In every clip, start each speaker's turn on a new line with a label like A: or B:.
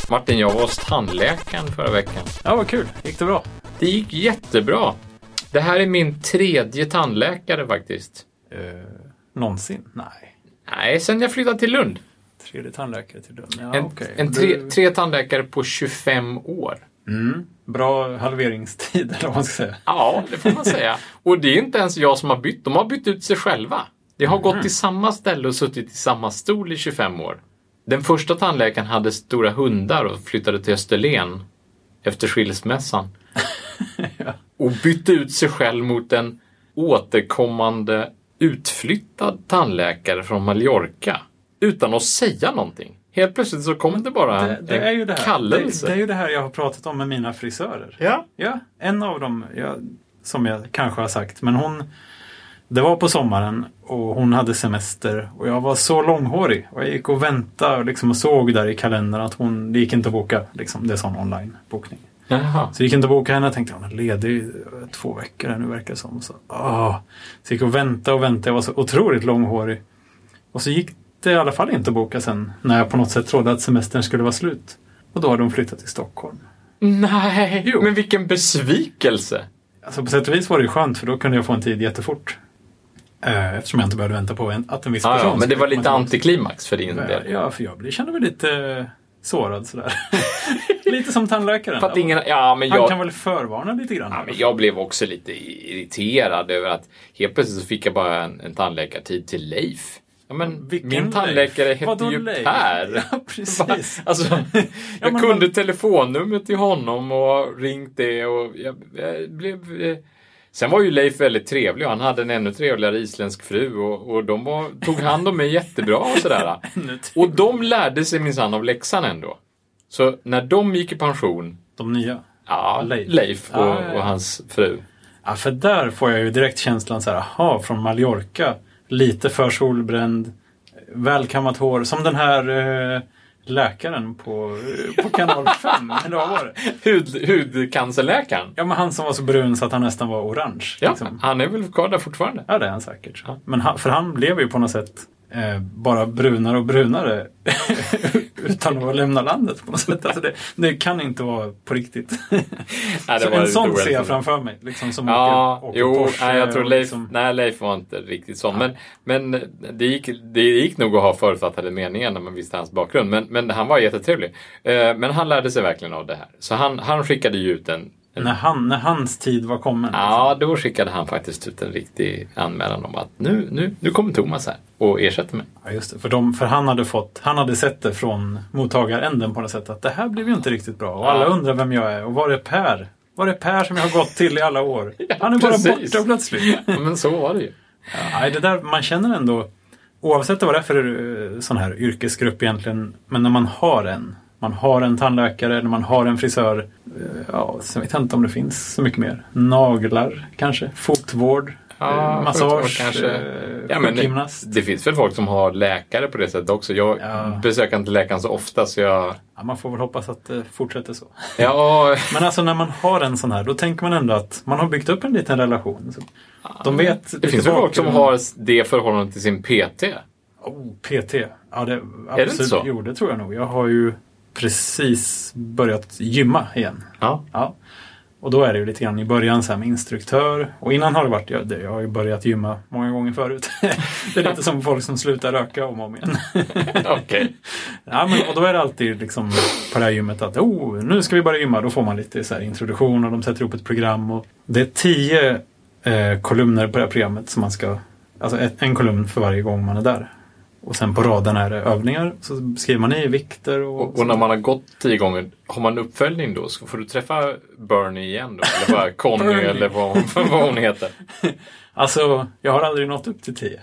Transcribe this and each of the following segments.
A: Martin, jag var hos tandläkaren förra veckan.
B: Ja, vad kul. Gick det bra?
A: Det gick jättebra. Det här är min 3:e tandläkare faktiskt.
B: Någonsin?
A: Nej, sen jag flyttade till Lund.
B: 3:e tandläkare till Lund. Ja,
A: tre tandläkare på 25 år.
B: Bra halveringstid, eller vad man ska säga.
A: Ja, det får man säga. Och det är inte ens jag som har bytt. De har bytt ut sig själva. De har gått till samma ställe och suttit i samma stol i 25 år. Den första tandläkaren hade stora hundar och flyttade till Österlen efter skilsmässan.
B: Ja.
A: Och bytte ut sig själv mot en återkommande utflyttad tandläkare från Mallorca. Utan att säga någonting. Helt plötsligt så kom det bara
B: det är ju det här.
A: kallelse.
B: Det är ju det här jag har pratat om med mina frisörer.
A: Ja.
B: Ja, en av dem, som jag kanske har sagt, men det var på sommaren och hon hade semester och jag var så långhårig och jag gick och väntade liksom och såg där i kalendern att det gick inte att boka, liksom, det är sån online-bokning.
A: Jaha.
B: Så det gick inte att boka henne och tänkte hon är ledig 2 veckor nu verkar det som. Så jag gick och väntade, jag var så otroligt långhårig. Och så gick det i alla fall inte att boka sen när jag på något sätt trodde att semestern skulle vara slut. Och då hade de flyttat till Stockholm.
A: Nej, men vilken besvikelse.
B: Alltså på sätt och vis var det ju skönt för då kunde jag få en tid jättefort. Eftersom jag inte behövde vänta på att en viss person...
A: Ja, men det var lite antiklimax för din del.
B: Ja, för jag kände mig lite sårad sådär. Lite som tandläkaren.
A: För att
B: Han kan väl förvarna lite grann.
A: Ja, men jag blev också lite irriterad över att helt plötsligt så fick jag bara en tandläkartid till Leif. Ja, men min tandläkare hette ju Leif? Per.
B: Ja, precis.
A: Alltså, jag kunde telefonnumret till honom och ringt det och jag blev... Sen var ju Leif väldigt trevlig och han hade en ännu trevligare isländsk fru och de tog hand om mig jättebra och sådär. Och de lärde sig minsann av läxan ändå. Så när de gick i pension...
B: De nya?
A: Ja, Leif och hans fru.
B: Ja, för där får jag ju direkt känslan så här, från Mallorca, lite för solbränd, välkammat hår, som den här läkaren på kanal 5, eller vad var det?
A: Hudcancerläkaren?
B: Ja, men han som var så brun så att han nästan var orange.
A: Ja,
B: liksom.
A: Han är väl kvar där fortfarande?
B: Ja, det är han säkert. Ja. Men han blev ju på något sätt bara brunare och brunare utan att lämna landet på något sätt. Alltså det kan inte vara på riktigt. Nej, så en sån ser jag framför mig. Liksom, som åker Porsche.
A: Nej, jag tror Leif,
B: liksom...
A: Leif var inte riktigt sån. Ja. Men det gick nog att ha förutfattade meningar när man visste hans bakgrund. Men han var jättetrevlig. Men han lärde sig verkligen av det här. Så han skickade ju ut en...
B: När hans tid var kommen.
A: Ja, då skickade han faktiskt ut en riktig anmälan om att nu kommer Thomas här och ersätter mig.
B: Ja, just det. För han hade sett det från mottagaränden på något sätt att det här blev ju inte riktigt bra. Och alla undrar vem jag är. Och var är Per? Var är Per som jag har gått till i alla år?
A: Ja,
B: han är bara borta plötsligt.
A: Ja, men så var det ju.
B: Ja, det där man känner ändå, oavsett vad det är för sån här yrkesgrupp egentligen, men när man har en tandläkare eller man har en frisör. Så vet jag inte om det finns så mycket mer. Naglar kanske, fotvård, massage,
A: kanske.
B: sjukgymnast.
A: Det finns väl folk som har läkare på det sättet också. Jag besöker inte läkaren så ofta så jag...
B: Ja, man får väl hoppas att det fortsätter så.
A: Ja.
B: Men alltså när man har en sån här, då tänker man ändå att man har byggt upp en liten relation. Så de vet.
A: Det finns väl folk som har det förhållandet till sin PT.
B: PT. Ja, det absolut.
A: Är det inte så?
B: Jo, det tror jag nog. Jag har ju precis börjat gymma igen. Ja. Och då är det ju lite grann i början så här med instruktör. Och innan har det varit, jag har ju börjat gymma många gånger förut. Det är lite som folk som slutar röka om och om igen.
A: Okej.
B: Ja, och då är det alltid liksom på det här gymmet att nu ska vi börja gymma. Då får man lite så här introduktion och de sätter upp ett program. Och det är 10 kolumner på det här programmet som man ska, alltså en kolumn för varje gång man är där. Och sen på raden är det övningar. Så skriver man i vikter. Och
A: när man har gått 10 gånger, har man uppföljning då? Så får du träffa Bernie igen då? Eller bara Conny eller vad hon heter?
B: Alltså, jag har aldrig nått upp till 10.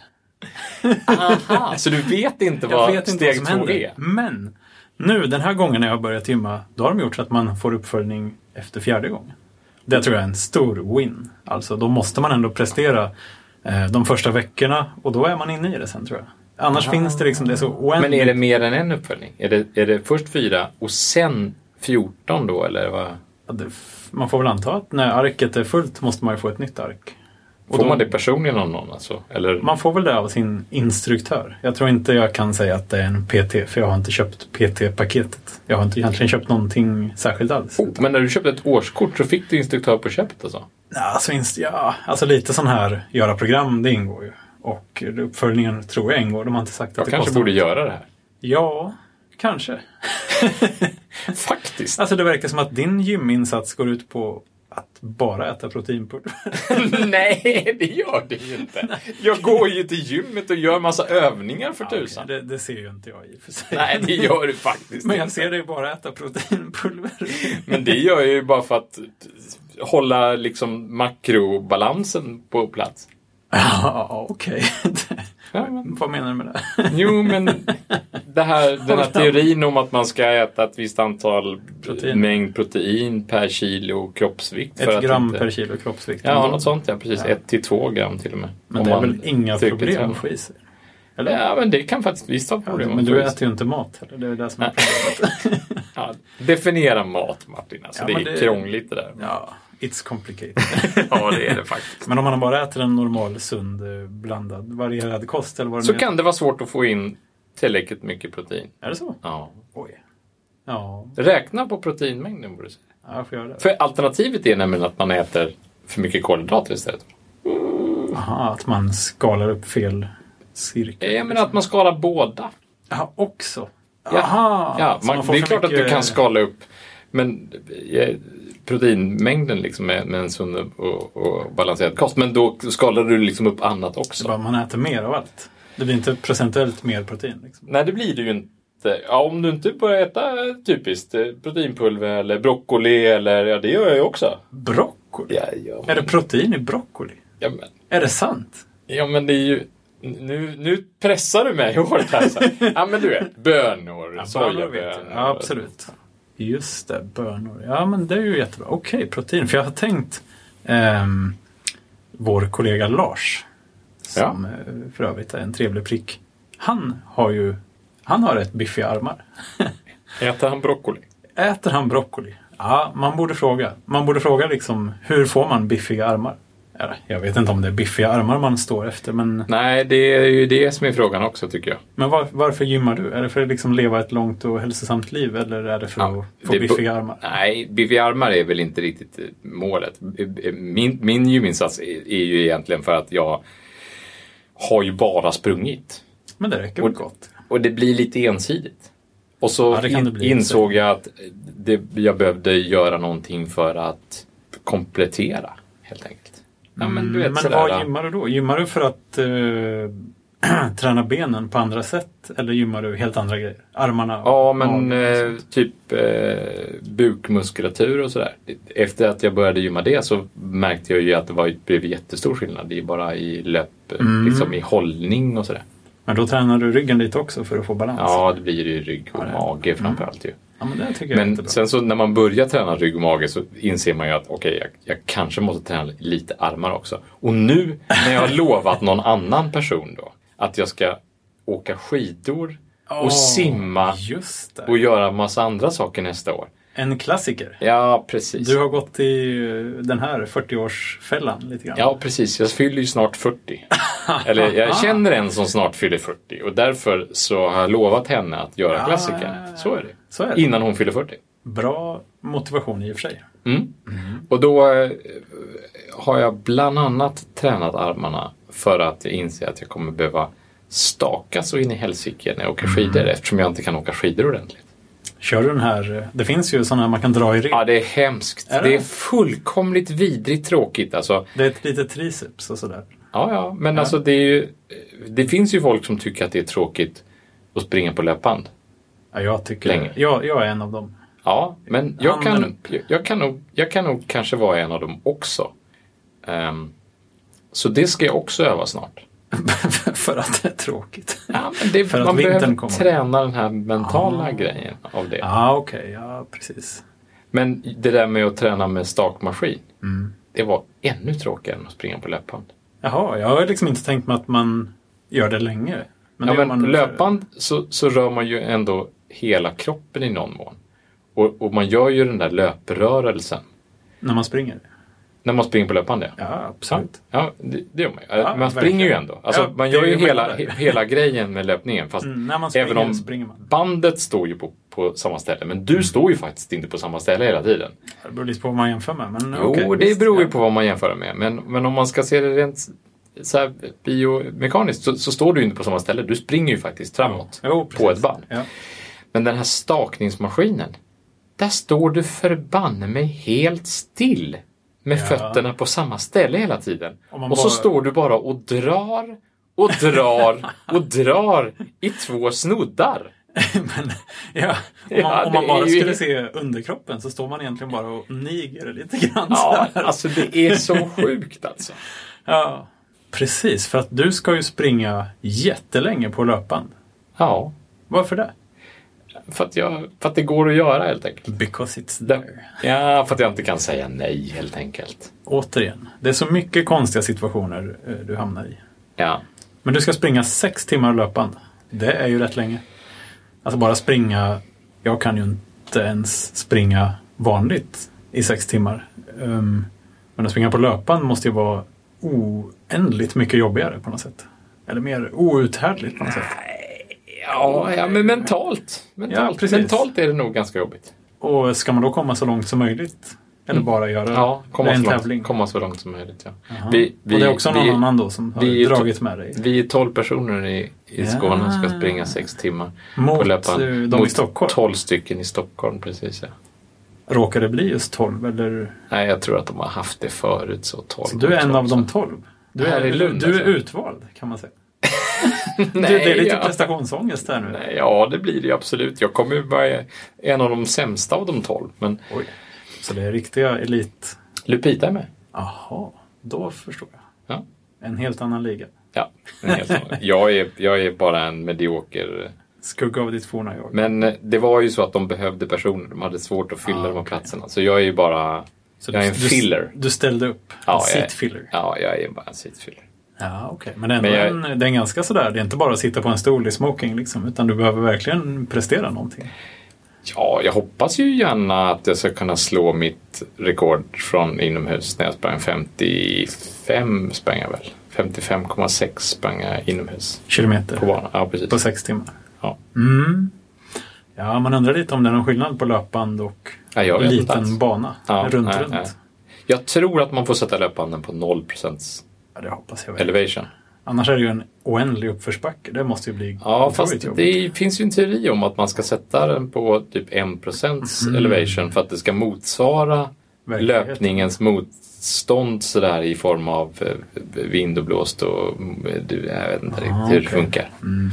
A: Aha, så du vet inte vad steg 2 är?
B: Men nu, den här gången när jag har börjat gymma, då har de gjort så att man får uppföljning efter 4:e gången. Det tror jag är en stor win. Alltså, då måste man ändå prestera de första veckorna. Och då är man inne i det sen, tror jag. Annars finns det liksom, det är så oändligt.
A: Men är det mer än en uppföljning? Är det först 4 och sen 14 då? Eller vad?
B: Ja, man får väl anta att när arket är fullt måste man ju få ett nytt ark.
A: Får man det personligen av någon alltså? Eller?
B: Man får väl det av sin instruktör. Jag tror inte jag kan säga att det är en PT, för jag har inte köpt PT-paketet. Jag har inte egentligen köpt någonting särskilt alls.
A: Men när du köpte ett årskort så fick du instruktör på köpet alltså?
B: Alltså lite sån här göra program, det ingår ju. Och uppföljningen tror jag ingår. De har inte sagt att
A: jag
B: det
A: kanske borde göra det här.
B: Ja, kanske.
A: Faktiskt.
B: Alltså det verkar som att din gyminsats går ut på att bara äta proteinpulver.
A: Nej, det gör det ju inte. Jag går ju till gymmet och gör massa övningar för tusan.
B: Okay, det ser ju inte jag i och för sig.
A: Nej, det gör du faktiskt.
B: Men jag ser dig bara äta proteinpulver.
A: Men det gör jag ju bara för att hålla liksom makrobalansen på plats.
B: Ja, okej. Vad menar du med det?
A: Jo, men den här teorin om att man ska äta ett visst antal mängd protein per kilo kroppsvikt.
B: Ett gram per kilo kroppsvikt.
A: Ja, något sånt. Ja, precis. 1-2 gram till och med.
B: Men det är väl inga problem att få i sig?
A: Eller? Ja, men det kan faktiskt visst vara problem.
B: Men du äter ju inte mat heller. Det är det som är problemet.
A: Ja, definiera mat, Martin. Alltså, ja, det är krångligt det där.
B: Ja, it's complicated.
A: Ja, det är det faktiskt.
B: Men om man bara äter en normal, sund, blandad, varierad kost eller vad det
A: så kan det vara svårt att få in tillräckligt mycket protein.
B: Är det så?
A: Ja.
B: Oj. Ja.
A: Räkna på proteinmängden, borde du säga.
B: Ja, jag får göra det.
A: För alternativet är nämligen att man äter för mycket kolhydrater istället.
B: Aha, att man skalar upp fel cirkel.
A: Jag menar att man skalar båda.
B: Ja, också.
A: Aha, ja, det är klart att du kan skala upp, men proteinmängden liksom med en sund och balanserad kost. Men då skalar du liksom upp annat också.
B: Det bara man äter mer av allt. Det blir inte procentuellt mer protein. Liksom.
A: Nej, det blir det ju inte. Ja, om du inte börjar äta typiskt proteinpulver eller broccoli eller ja, det gör jag ju också.
B: Broccoli?
A: Ja,
B: är det protein i broccoli?
A: Ja, men.
B: Är det sant?
A: Ja, men det är ju... Nu pressar du mig hårt här. Så. Ja, men du vet, bönor, sojabönor.
B: Ja, absolut. Just det, bönor. Ja, men det är ju jättebra. Okej, protein. För jag har tänkt vår kollega Lars, som för övrigt är en trevlig prick. Han har rätt biffiga armar.
A: Äter han broccoli?
B: Äter han broccoli? Ja, man borde fråga. Man borde fråga liksom, hur får man biffiga armar? Jag vet inte om det är biffiga armar man står efter, men... Nej,
A: det är ju det som är frågan också, tycker jag.
B: Men varför gymmar du? Är det för att liksom leva ett långt och hälsosamt liv, eller är det för att få biffiga armar?
A: Nej, biffiga armar är väl inte riktigt målet. Min gyminsats är ju egentligen för att jag har ju bara sprungit.
B: Men det räcker väl gott.
A: Och det blir lite ensidigt. Och så insåg jag att jag behövde göra någonting för att komplettera, helt enkelt. Ja, men du vet,
B: men vad gymmar du då? Gymmar du för att träna benen på andra sätt? Eller gymmar du helt andra grejer? Armarna?
A: Ja, men typ bukmuskulatur och sådär. Efter att jag började gymma det så märkte jag ju att det blev jättestor skillnad. Det är bara i löp, liksom i hållning och sådär. Men
B: då tränar du ryggen lite också för att få balans?
A: Ja, det blir ju rygg och mage framförallt ju.
B: Ja, men det tycker jag
A: men sen så när man börjar träna rygg och mage så inser man ju att jag kanske måste träna lite armar också. Och nu när jag har lovat någon annan person då att jag ska åka skidor och simma och göra massa andra saker nästa år.
B: En klassiker.
A: Ja, precis.
B: Du har gått i den här 40-årsfällan lite grann.
A: Ja, precis. Jag fyller ju snart 40. Eller jag känner en som snart fyller 40. Och därför så har jag lovat henne att göra klassiker. Så är det.
B: Så är det.
A: Innan hon fyller 40.
B: Bra motivation i och för sig.
A: Och då har jag bland annat tränat armarna för att jag inser att jag kommer behöva staka så in i helsike när jag åker skidor. Eftersom jag inte kan åka skidor ordentligt.
B: Kör du den här? Det finns ju sådana man kan dra i rep.
A: Ja, det är hemskt. Det är fullkomligt vidrigt tråkigt. Alltså.
B: Det är ett litet triceps och sådär.
A: Ja, men alltså det finns ju folk som tycker att det är tråkigt att springa på löpband.
B: Ja, jag tycker jag är en av dem.
A: Ja, men jag kan nog kanske vara en av dem också. Så det ska jag också öva snart.
B: För att det är tråkigt.
A: Ja, men man behöver träna den här mentala grejen av det.
B: Ja, okej. Ja, precis.
A: Men det där med att träna med stakmaskin, det var ännu tråkigare än att springa på löpband.
B: Jaha, jag har liksom inte tänkt mig att man gör det länge.
A: Men löpband så rör man ju ändå hela kroppen i någon mån. Och man gör ju den där löprörelsen.
B: När man springer?
A: När man springer på löpande?
B: Ja, absolut.
A: Ja, det gör man ju. Ja, man springer ju ändå. Alltså, man gör ju hela grejen med löpningen. Fast
B: när man springer,
A: även om
B: springer man.
A: bandet står ju på samma ställe. Men du står ju faktiskt inte på samma ställe hela tiden.
B: Det beror lite på vad man jämför med. Men,
A: jo, det beror ju på vad man jämför med. Men om man ska se det rent så här biomekaniskt så står du inte på samma ställe. Du springer ju faktiskt framåt på ett band. Ja. Men den här stakningsmaskinen, där står du förbanne mig helt still. Med fötterna på samma ställe hela tiden. Och så står du bara och drar och drar och drar i 2 snoddar.
B: Men, om man bara skulle se underkroppen så står man egentligen bara och niger lite grann.
A: Ja, alltså det är så sjukt alltså.
B: Ja, precis. För att du ska ju springa jättelänge på löpband.
A: Ja.
B: Varför det?
A: För att det går att göra helt enkelt.
B: Because it's there.
A: Ja, för att jag inte kan säga nej helt enkelt.
B: Återigen, det är så mycket konstiga situationer du hamnar i.
A: Ja.
B: Men du ska springa 6 timmar löpande. Det är ju rätt länge. Alltså bara springa, jag kan ju inte ens springa vanligt i 6 timmar. Men att springa på löpband måste ju vara oändligt mycket jobbigare på något sätt. Eller mer outhärdligt på något sätt.
A: Ja, men mentalt. Mentalt är det nog ganska jobbigt.
B: Och ska man då komma så långt som möjligt? Eller bara göra en tävling?
A: Komma så långt som möjligt, ja.
B: Och det är också någon annan då som har dragit med dig?
A: Vi är 12 personer i Skåne som ska springa 6 timmar.
B: Mot de i Stockholm?
A: 12 stycken i Stockholm, precis, ja.
B: Råkar det bli just 12, eller?
A: Nej, jag tror att de har haft det förut, så 12.
B: Så du är en av de 12? Du är utvald, kan man säga.
A: Nej,
B: det är lite prestationsångest där nu.
A: Nej, ja, det blir det absolut. Jag kommer ju vara en av de sämsta av de 12. Men...
B: Oj, så det är riktiga elit...
A: Lupita är med.
B: Jaha, då förstår jag.
A: Ja.
B: En helt annan liga.
A: Ja, en helt annan. Jag är bara en medioker...
B: Skugga av ditt forna jag.
A: Men det var ju så att de behövde personer. De hade svårt att fylla de här platserna. Så jag är ju bara...
B: Så
A: jag är en filler.
B: Du ställde upp.
A: Ja,
B: seat filler.
A: Ja, jag är bara en seat filler.
B: Ja, okej. Men det är ändå det är ganska sådär. Det är inte bara att sitta på en stol i smoking liksom, utan du behöver verkligen prestera någonting.
A: Ja, jag hoppas ju gärna att jag ska kunna slå mitt rekord från inomhus när jag sprang 55 sprang jag väl. 55,6 sprang jag inomhus.
B: Kilometer?
A: På banan, ja precis.
B: På 6 timmar?
A: Ja.
B: Mm. Ja, man undrar lite om det är någon skillnad på löpband och liten bana. Runt.
A: Jag tror att man får sätta löpbanden på 0%.
B: Ja, det hoppas jag väl.
A: Elevation.
B: Annars är det ju en oändlig uppförsbacke. Det måste ju bli...
A: Ja, fast det finns ju en teori om att man ska sätta den på typ 1% elevation för att det ska motsvara löpningens motstånd sådär i form av vind och blåst och jag vet inte riktigt hur det funkar.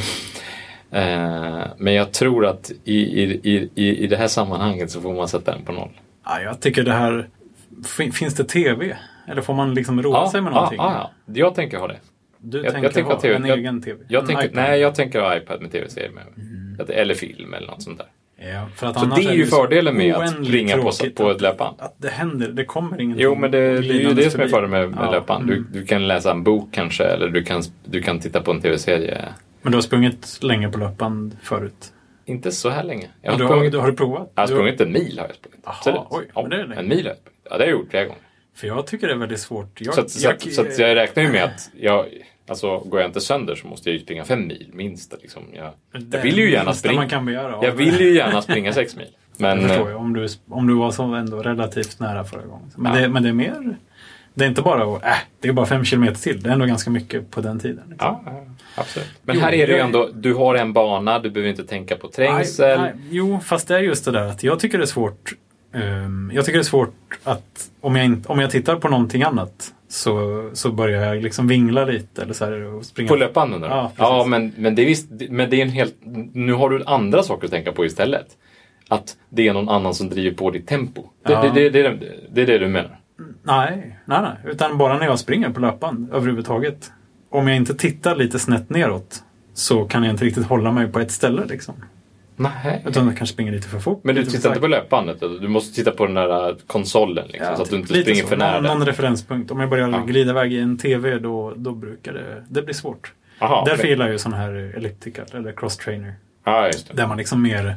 A: Men jag tror att i det här sammanhanget så får man sätta den på 0.
B: Ja, jag tycker det här... Finns det tv? Eller får man liksom roa sig med någonting?
A: Ja. Jag tänker ha det.
B: Jag tänker ha en egen tv?
A: Jag tänker ha iPad med tv-serie med. Eller film eller något sånt där.
B: Ja, för att
A: så det är ju fördelen med att springa på ett löpband.
B: Att det händer, det kommer ingenting.
A: Jo, men det är ju det som är fördelen med löpband. Du kan läsa en bok kanske, eller du kan titta på en tv-serie.
B: Men du har sprungit länge på löpband förut?
A: Inte så här länge.
B: Har du provat?
A: Jag har sprungit en mil har jag sprungit.
B: Aha, men det är
A: en mil har jag sprungit. Ja, det har jag gjort flera gånger.
B: För jag tycker det är väldigt svårt.
A: Så jag räknar ju med att går jag inte sönder så måste jag ju springa 5 mil minst. Liksom. Jag vill ju gärna springa.
B: Man kan begära.
A: Jag vill ju gärna springa 6 mil. Men,
B: det förstår jag. Om du var så ändå relativt nära förra gången. Men det är mer... Det är inte bara det är bara 5 kilometer till. Det är ändå ganska mycket på den tiden. Liksom.
A: Ja, absolut. Men här är det ju ändå, du har en bana, du behöver inte tänka på trängsel.
B: Jo, fast det är just det där att jag tycker det är svårt. Jag tycker det är svårt att om jag tittar på någonting annat så börjar jag liksom vingla lite eller så här och springa.
A: På löpbanden då? Ja, men det är visst, men det är en helt, nu har du andra saker att tänka på istället. Att det är någon annan som driver på ditt tempo. Det är det du menar?
B: Nej. Utan bara när jag springer på löpband överhuvudtaget. Om jag inte tittar lite snett neråt så kan jag inte riktigt hålla mig på ett ställe liksom.
A: Nej.
B: Utan jag kanske springer lite för fort.
A: Men du tittar inte på löpbandet? Du måste titta på den där konsolen liksom, så att du inte springer för nära.
B: Någon referenspunkt. Om jag börjar glida iväg i en tv då brukar det blir svårt. Därför gillar jag ju sån här elliptical eller cross-trainer.
A: Ja, just det.
B: Där man liksom mer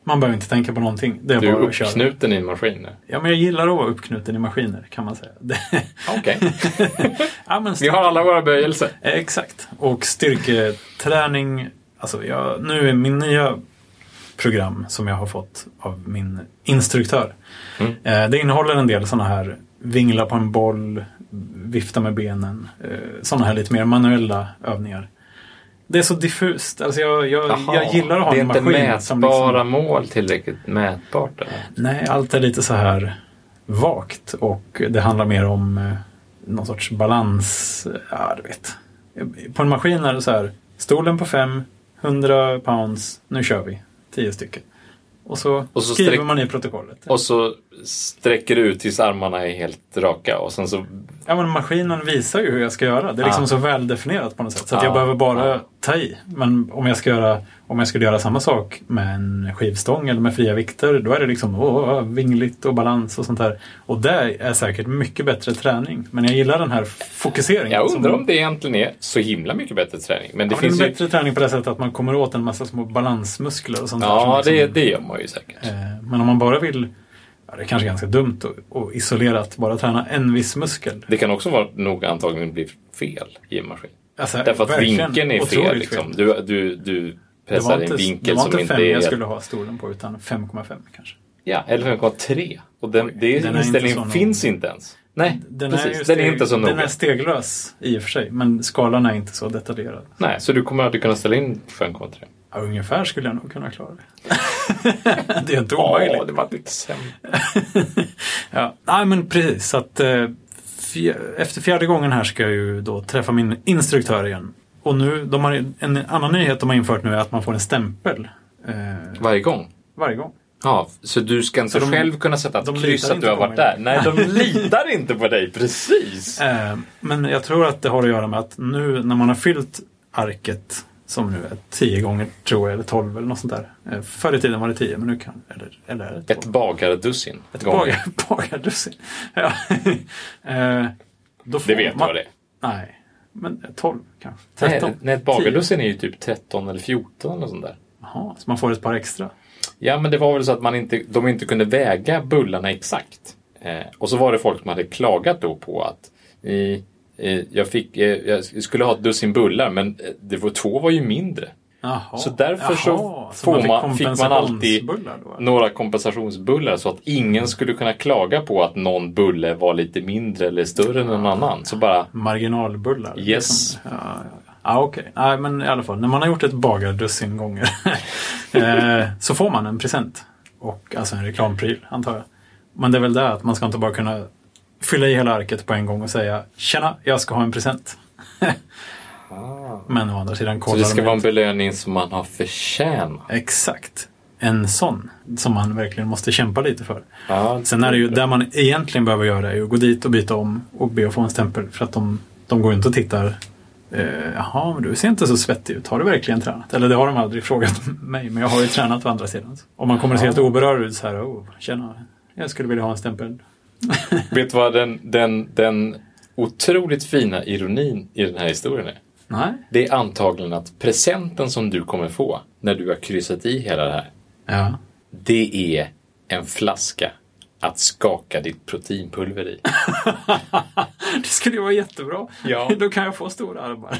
B: Man behöver inte tänka på någonting. Det är
A: du är
B: bara att köra.
A: uppknuten i en maskin nu.
B: Ja, men jag gillar att vara uppknuten i maskiner, kan man säga.
A: Okej.
B: Ja,
A: Vi har alla våra böjelser.
B: Exakt. Och styrketräning, alltså nu är min nya program som jag har fått av min instruktör. Det innehåller en del sådana här vingla på en boll, vifta med benen, sådana här lite mer manuella övningar. Det är så diffust. Alltså jag gillar att ha en maskin.
A: Det är inte mätbara mål tillräckligt mätbart? Eller?
B: Nej, allt är lite så här vagt. Och det handlar mer om någon sorts balans. Ja, du vet. På en maskin är det så här. Stolen på 100 pounds. Nu kör vi. 10 stycken. Och så skriver man i protokollet.
A: Och så sträcker du ut tills armarna är helt raka. Och sen så...
B: Ja, men maskinen visar ju hur jag ska göra. Det är liksom så väldefinierat på något sätt. Så att jag behöver bara ta i. Men om jag skulle göra samma sak med en skivstång eller med fria vikter, då är det liksom vingligt och balans och sånt där. Och det är säkert mycket bättre träning. Men jag gillar den här fokuseringen.
A: Jag undrar om det egentligen är så himla mycket bättre träning. Men det finns
B: ju bättre träning på det sättet att man kommer åt en massa små balansmuskler och sånt där.
A: Ja, det gör man ju säkert.
B: Men om man bara vill... Ja, det är kanske ganska dumt och isolerat bara träna en viss muskel.
A: Det kan också vara nog antagligen bli fel i en maskin.
B: Alltså,
A: därför att vinkeln är fel. Liksom. Du pressar en vinkel som inte är... Det var inte 5
B: jag skulle ha stolen på, utan 5,5 kanske.
A: Ja, eller 5,3. Och den inställningen finns inte ens. Nej,
B: den
A: är inte så noga.
B: Den är steglös i och för sig, men skalan är inte så detaljerad.
A: Nej, så du kommer aldrig kunna ställa in 5,3?
B: Ja, ungefär skulle jag nog kunna klara det. Det är inte omöjligt.
A: Det var ett exempel.
B: Ja, nej men precis. Så att, efter 4:e gången här ska jag ju då träffa min instruktör igen. Och nu, en annan nyhet de har infört nu är att man får en stämpel.
A: Varje gång?
B: Varje gång.
A: Ja, så du ska inte själv kunna sätta ett kryss att du har varit där? Nej, de litar inte på dig, precis.
B: Men jag tror att det har att göra med att nu när man har fyllt arket, som nu är 10 gånger tror jag, eller 12 eller något sånt där. Förr i tiden var det 10, men nu kan... Eller är det 12?
A: Ett bagardussin.
B: Ett bagardussin. Ja.
A: Det vet du vad det är?
B: Nej, men 12 kanske. 13.
A: Nej, ett bagardussin är ju typ 13 eller 14 eller sånt där.
B: Jaha, så man får ett par extra.
A: Ja, men det var väl så att de inte kunde väga bullarna exakt. Och så var det folk som hade klagat då på att jag skulle ha ett dussin bullar, men 2 var ju mindre.
B: Jaha.
A: Så därför fick man alltid några kompensationsbullar så att ingen skulle kunna klaga på att någon bulle var lite mindre eller större än någon annan. Så bara...
B: Marginalbullar.
A: Yes.
B: Liksom. Ja, okej. Nej, men i alla fall, när man har gjort ett bagardussin gånger så får man en present. Och alltså en reklampryl, antar jag. Men det är väl det att man ska inte bara kunna fylla i hela arket på en gång och säga tjena, jag ska ha en present. Men å andra sidan kollar.
A: Så det ska vara en belöning som man har förtjänat.
B: Exakt. En sån som man verkligen måste kämpa lite för.
A: Ja,
B: sen är det ju, där man egentligen behöver göra är att gå dit och byta om och be att få en stämpel. För att de går inte och tittar. Jaha, men du ser inte så svettig ut. Har du verkligen tränat? Eller det har de aldrig frågat mig, men jag har ju tränat på andra sidan. Om man kommer att se helt oberörd ut så här, tjena, jag skulle vilja ha en stämpel.
A: Vet du vad den otroligt fina ironin i den här historien är?
B: Nej.
A: Det är antagligen att presenten som du kommer få när du har kryssat i hela det här.
B: Ja.
A: Det är en flaska att skaka ditt proteinpulver i.
B: Det skulle ju vara jättebra.
A: Ja.
B: Då kan jag få stora armar.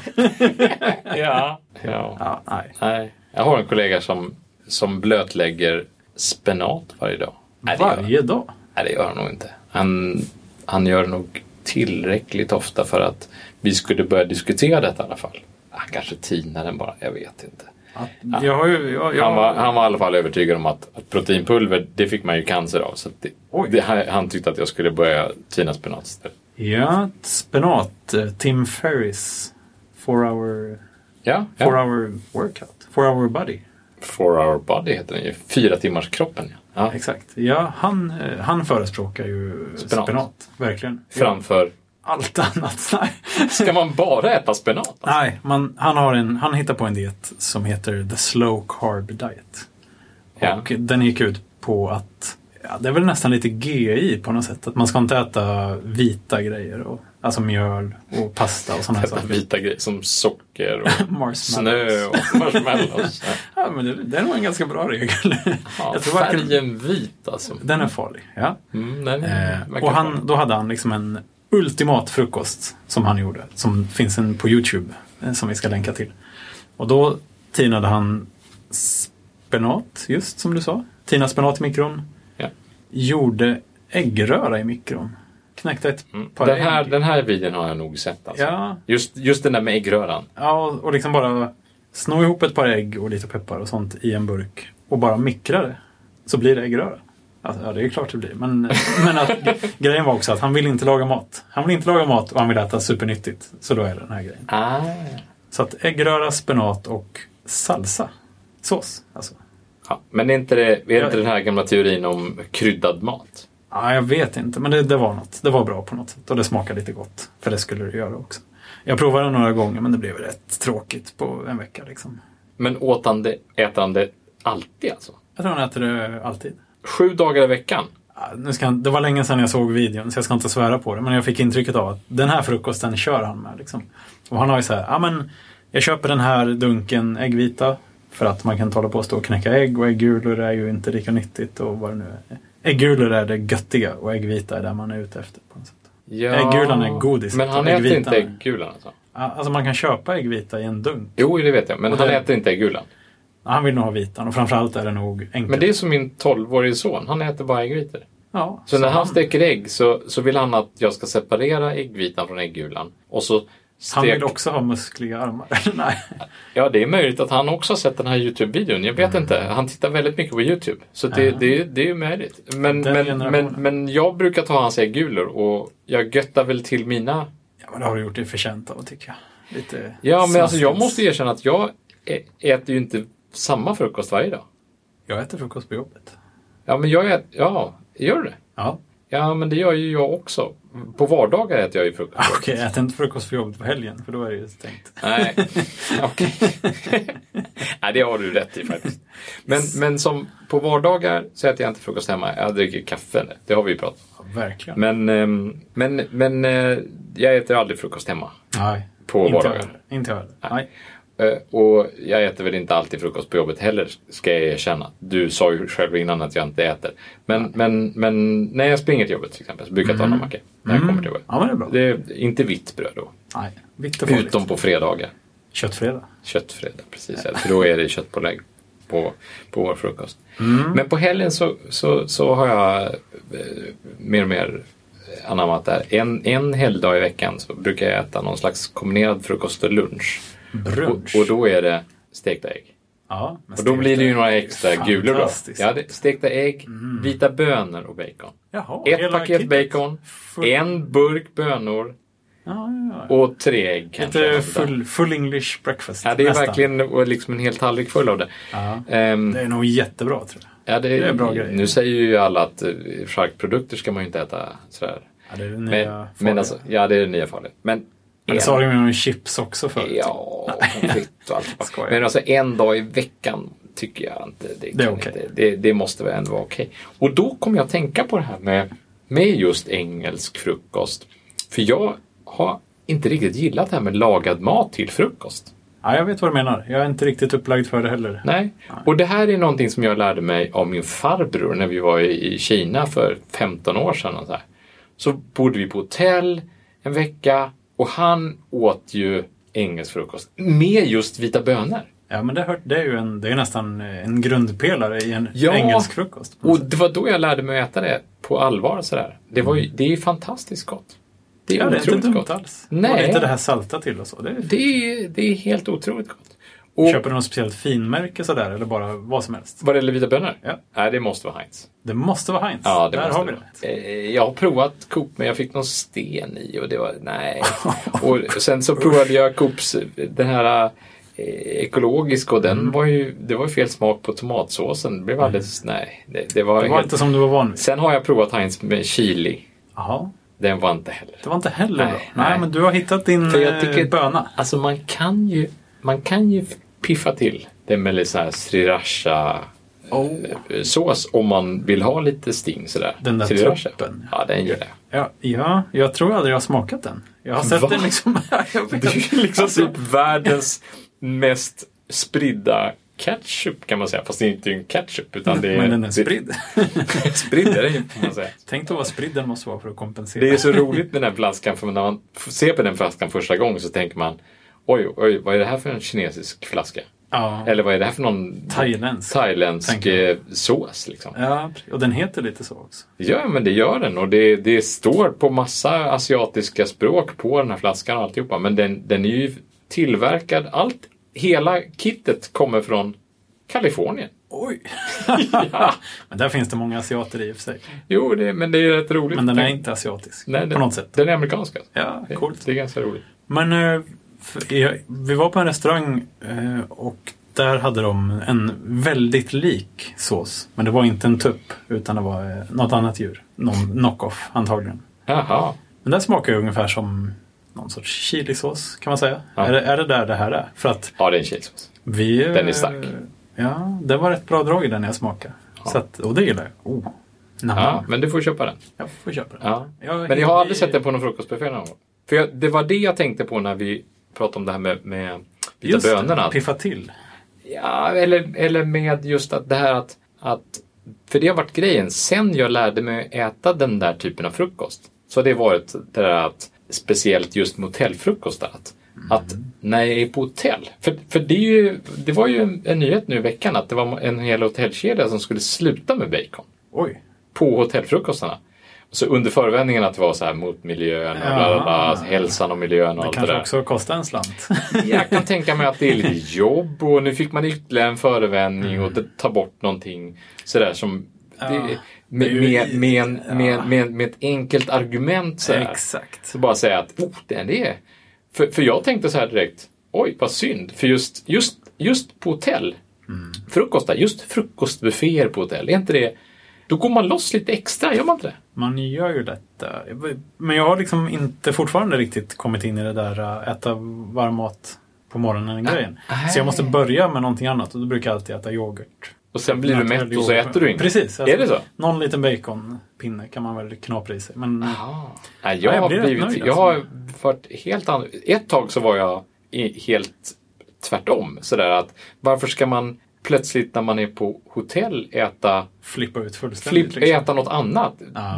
A: Ja. Nej. Jag har en kollega som blötlägger spenat varje dag.
B: Varje dag?
A: Nej, det gör han nog inte. Han gör nog tillräckligt ofta för att vi skulle börja diskutera detta i alla fall. Han kanske tinar den bara, jag vet inte. Han var i alla fall övertygad om att proteinpulver, det fick man ju cancer av. Så han tyckte att jag skulle börja tina spenat istället.
B: Ja, spenat. Tim Ferriss. 4-hour workout. 4-hour body.
A: 4-hour body heter den ju. 4 timmars kroppen.
B: Ja, exakt. Ja, han förespråkar ju spenat. Verkligen.
A: Framför
B: allt annat. Nej.
A: Ska man bara äta spenat?
B: Nej, han hittar på en diet som heter The Slow Carb Diet. Och den gick ut på att det är väl nästan lite GI på något sätt. Att man ska inte äta vita grejer. Alltså mjöl och pasta och sådana här saker.
A: Vita grejer som socker och snö och marshmallows.
B: Ja, men det är nog en ganska bra regel.
A: Ja,
B: jag tror
A: färgen vit alltså.
B: Den är farlig, ja.
A: Och
B: då hade han liksom en ultimat frukost som han gjorde. Som finns på YouTube som vi ska länka till. Och då tinade han spenat, just som du sa. Tina spenat i mikron.
A: Ja.
B: Gjorde äggröra i mikron. Knäckte ett par ägg.
A: Den här videon har jag nog sett alltså.
B: Ja.
A: Just den där med äggröran.
B: Ja, och liksom bara snå ihop ett par ägg och lite peppar och sånt i en burk. Och bara mikra det. Så blir det äggröra. Alltså, ja, det är klart det blir. Men grejen var också att han vill inte laga mat. Han vill inte laga mat och han vill äta supernyttigt. Så då är det den här grejen. Så att äggröra, spenat och salsa. Sås, alltså.
A: Ja, men är inte den här gamla teorin om kryddad mat?
B: Ja, jag vet inte. Men det var något. Det var bra på något sätt. Och det smakade lite gott. För det skulle det göra också. Jag provade några gånger men det blev rätt tråkigt på en vecka liksom.
A: Men äter han det alltid alltså?
B: Jag tror han äter det alltid.
A: 7 dagar i veckan?
B: Ja, det var länge sedan jag såg videon så jag ska inte svära på det. Men jag fick intrycket av att den här frukosten kör han med liksom. Och han har ju så här, men jag köper den här dunken äggvita. För att man kan tala på att stå och knäcka ägg. Och äggulor är ju inte lika nyttigt och vad det nu är. Äggulor är det göttiga och äggvita är det man är ute efter på något sätt.
A: Ja,
B: äggulan är godis.
A: Men han äter inte äggulan alltså?
B: Alltså man kan köpa äggvita i en dunk.
A: Jo, det vet jag. Men han äter inte äggulan.
B: Han vill nog ha vitan och framförallt är det nog enkelt.
A: Men det är som min 12-årige son. Han äter bara äggvitor.
B: Ja,
A: så när han steker ägg så vill han att jag ska separera äggvitan från äggulan. Och så
B: han vill också ha muskliga armar. Nej.
A: Ja, det är möjligt att han också har sett den här YouTube-videon. Jag vet inte. Han tittar väldigt mycket på YouTube. Så det är ju möjligt. Men jag brukar ta hans äggulor och jag göttar väl till mina...
B: Ja, men det har du gjort det förtjänt av, tycker jag. Lite
A: men alltså jag måste erkänna att jag äter ju inte samma frukost varje dag.
B: Jag äter frukost på jobbet.
A: Ja, men gör du det?
B: Ja.
A: Ja, men det gör ju jag också. På vardagar äter jag ju frukost.
B: Okej, jag äter inte frukost för jobbet på helgen, för då är det ju stängt.
A: Nej, okej. Nej, det har du rätt i faktiskt. Men som på vardagar så äter jag inte frukost hemma. Jag dricker kaffe, det har vi ju pratat om.
B: Ja, verkligen.
A: Men jag äter aldrig frukost hemma.
B: Nej,
A: på vardagar.
B: Inte jag heller.
A: Och jag äter väl inte alltid frukost på jobbet heller, ska jag erkänna. Du sa ju själv innan att jag inte äter. Men när jag springer till jobbet till exempel så brukar jag ta en macka när jag kommer till jobbet.
B: Ja, men det är bra.
A: Det är inte vitt bröd då.
B: Nej, vitt är farligt.
A: Utom på fredagar.
B: Köttfredag,
A: precis. För då är det köttpålägg på vår frukost. Men på helgen så har jag mer och mer anammat där. En helgdag i veckan så brukar jag äta någon slags kombinerad frukost och lunch. Och då är det stekta ägg.
B: Ja,
A: och då blir det ju några extra gulor då. Ja, stekta ägg, vita bönor och bacon.
B: Jaha,
A: ett paket bacon, en burk bönor och 3 ägg kanske.
B: Full English breakfast.
A: Ja, det är nästan. Verkligen liksom en hel tallrik full av det.
B: Ja, det är nog jättebra, tror jag.
A: Ja, det är bra grejer. Nu säger ju alla att charkprodukter ska man ju inte äta sådär.
B: Ja, det är det nya
A: men alltså, ja, det är det nya farligt. Men
B: det sa du med chips också förut.
A: Ja, fritt och allt. Men alltså en dag i veckan tycker jag inte. Det är okay. Det måste väl ändå vara okej. Och då kommer jag att tänka på det här med just engelsk frukost. För jag har inte riktigt gillat det här med lagad mat till frukost.
B: Ja, jag vet vad du menar. Jag är inte riktigt upplagd för det heller.
A: Nej. Och det här är någonting som jag lärde mig av min farbror när vi var i Kina för 15 år sedan. Och så bodde vi på hotell en vecka. Och han åt ju engelsk frukost med just vita bönor. Ja,
B: men det är nästan en grundpelare i en engelsk frukost.
A: Och det var då jag lärde mig att äta det på allvar sådär. Det är ju fantastiskt gott.
B: Det är otroligt inte gott alls. Nej. Och inte det här salta till och så.
A: Det är helt otroligt gott.
B: Och köper du något speciellt finmärke sådär eller bara vad som helst?
A: Vad det gäller vita bönor?
B: Ja.
A: Nej, det måste vara Heinz.
B: Det måste vara Heinz?
A: Ja, det
B: där
A: måste
B: har vi
A: det. Jag har provat Coop men jag fick någon sten i och det var, nej. Och sen så provade jag Coops, den här ekologiska och den det var ju fel smak på tomatsåsen. Det blev alldeles, nej. Det var
B: inte som du var van vid.
A: Sen har jag provat Heinz med chili.
B: Jaha.
A: Den var inte heller.
B: Det var inte heller bra. Nej, men du har hittat din böna.
A: Alltså man kan ju piffa till det med lite så här sriracha sås om man vill ha lite sting sådär.
B: Den där toppen.
A: Ja, den gör det.
B: Ja, jag tror aldrig jag har smakat den. Jag har sett den liksom.
A: Det är liksom typ världens mest spridda ketchup kan man säga. Fast det är inte en ketchup utan det är...
B: Men den är spridd.
A: Spridd är det ju, kan man säga.
B: Tänk då vad spridd den måste vara för att kompensera.
A: Det är så roligt med den här flaskan. För när man ser på den flaskan första gången så tänker man oj, vad är det här för en kinesisk flaska?
B: Ja.
A: Eller vad är det här för någon thailändsk sås liksom?
B: Ja, och den heter lite så också.
A: Ja, men det gör den. Och det står på massa asiatiska språk på den här flaskan och alltihopa. Men den är ju tillverkad. Hela kittet kommer från Kalifornien.
B: Oj! Ja. Men där finns det många asiater i och för sig.
A: Jo, men det är rätt roligt.
B: Men den är inte asiatisk.
A: Nej,
B: på något sätt.
A: Den är amerikansk.
B: Ja, coolt.
A: Det är ganska roligt.
B: Men vi var på en restaurang och där hade de en väldigt lik sås. Men det var inte en tupp utan det var något annat djur. Någon knock-off antagligen.
A: Jaha.
B: Men den smakar ju ungefär som någon sorts chilisås kan man säga.
A: Ja.
B: Är det där det här är? För att
A: ja, det är en chilisås. Den är stark.
B: Ja, det var ett bra drag i den jag smakade.
A: Ja.
B: Så att, och det gillar jag.
A: Ja, men du får köpa den.
B: Jag får köpa den.
A: Ja. Men jag har aldrig sett den på någon frukostbuffé någon gång. För det var det jag tänkte på när vi pratade om det här med vita bönorna.
B: Piffa till.
A: Ja, eller med just att det här att för det har varit grejen. Sen jag lärde mig äta den där typen av frukost. Så det har varit det där att speciellt just med hotellfrukostar. Att när jag är på hotell. För det var ju en nyhet nu i veckan att det var en hel hotellkedja som skulle sluta med bacon.
B: Oj.
A: På hotellfrukostarna. Så under förevändningen att det var så här mot miljön och bla, bla, hälsan och miljön och allt det där.
B: Det kanske också kostar en slant.
A: Jag kan tänka mig att det är lite jobb och nu fick man ytterligare en förevändning och ta bort någonting sådär som med ett enkelt argument sådär.
B: Exakt.
A: Så bara säga att det är. För jag tänkte så här direkt, oj vad synd. För just på hotell, frukostar, just frukostbufféer på hotell, är inte det, då går man loss lite extra, gör man inte det?
B: Man gör ju detta. Men jag har liksom inte fortfarande riktigt kommit in i det där äta varm mat på morgonen grejen. Så jag måste börja med någonting annat och då brukar jag alltid äta yoghurt.
A: Och sen blir du mätt och så äter du inte.
B: Precis.
A: Är det så?
B: Någon liten baconpinne kan man väl knapra i sig. Men
A: jag har varit helt annorlunda. Ett tag så var jag helt tvärtom. Sådär att varför ska man plötsligt när man är på hotell
B: flippa ut fullständigt.
A: Äta något annat.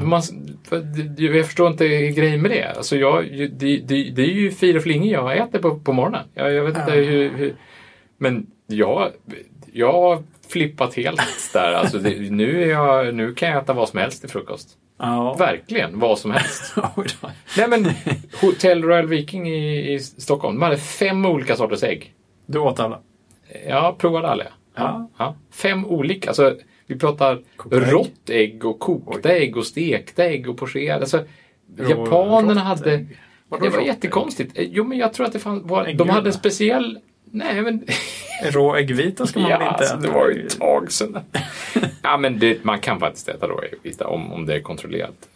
A: Jag förstår inte grejen med det. Alltså det är ju fyra flingor jag äter på morgonen. Jag vet inte hur. Men jag har flippat helt där. Alltså nu kan jag äta vad som helst till frukost.
B: Ja.
A: Verkligen, vad som helst. Nej men, Hotel Royal Viking i Stockholm, de hade 5 olika sorters ägg.
B: Du åt alla?
A: Ja, provade alla. Ja. 5 olika, alltså vi pratar rått ägg och kokta ägg och stekta ägg och pocherade. Alltså, japanerna hade... Det var jättekonstigt. Jo, men jag tror att det de hade en speciell... Nej, men...
B: Rå äggvita ska man väl inte äta?
A: Det var ju ett tag sedan. Ja, men man kan faktiskt äta rå äggvita om det är kontrollerat.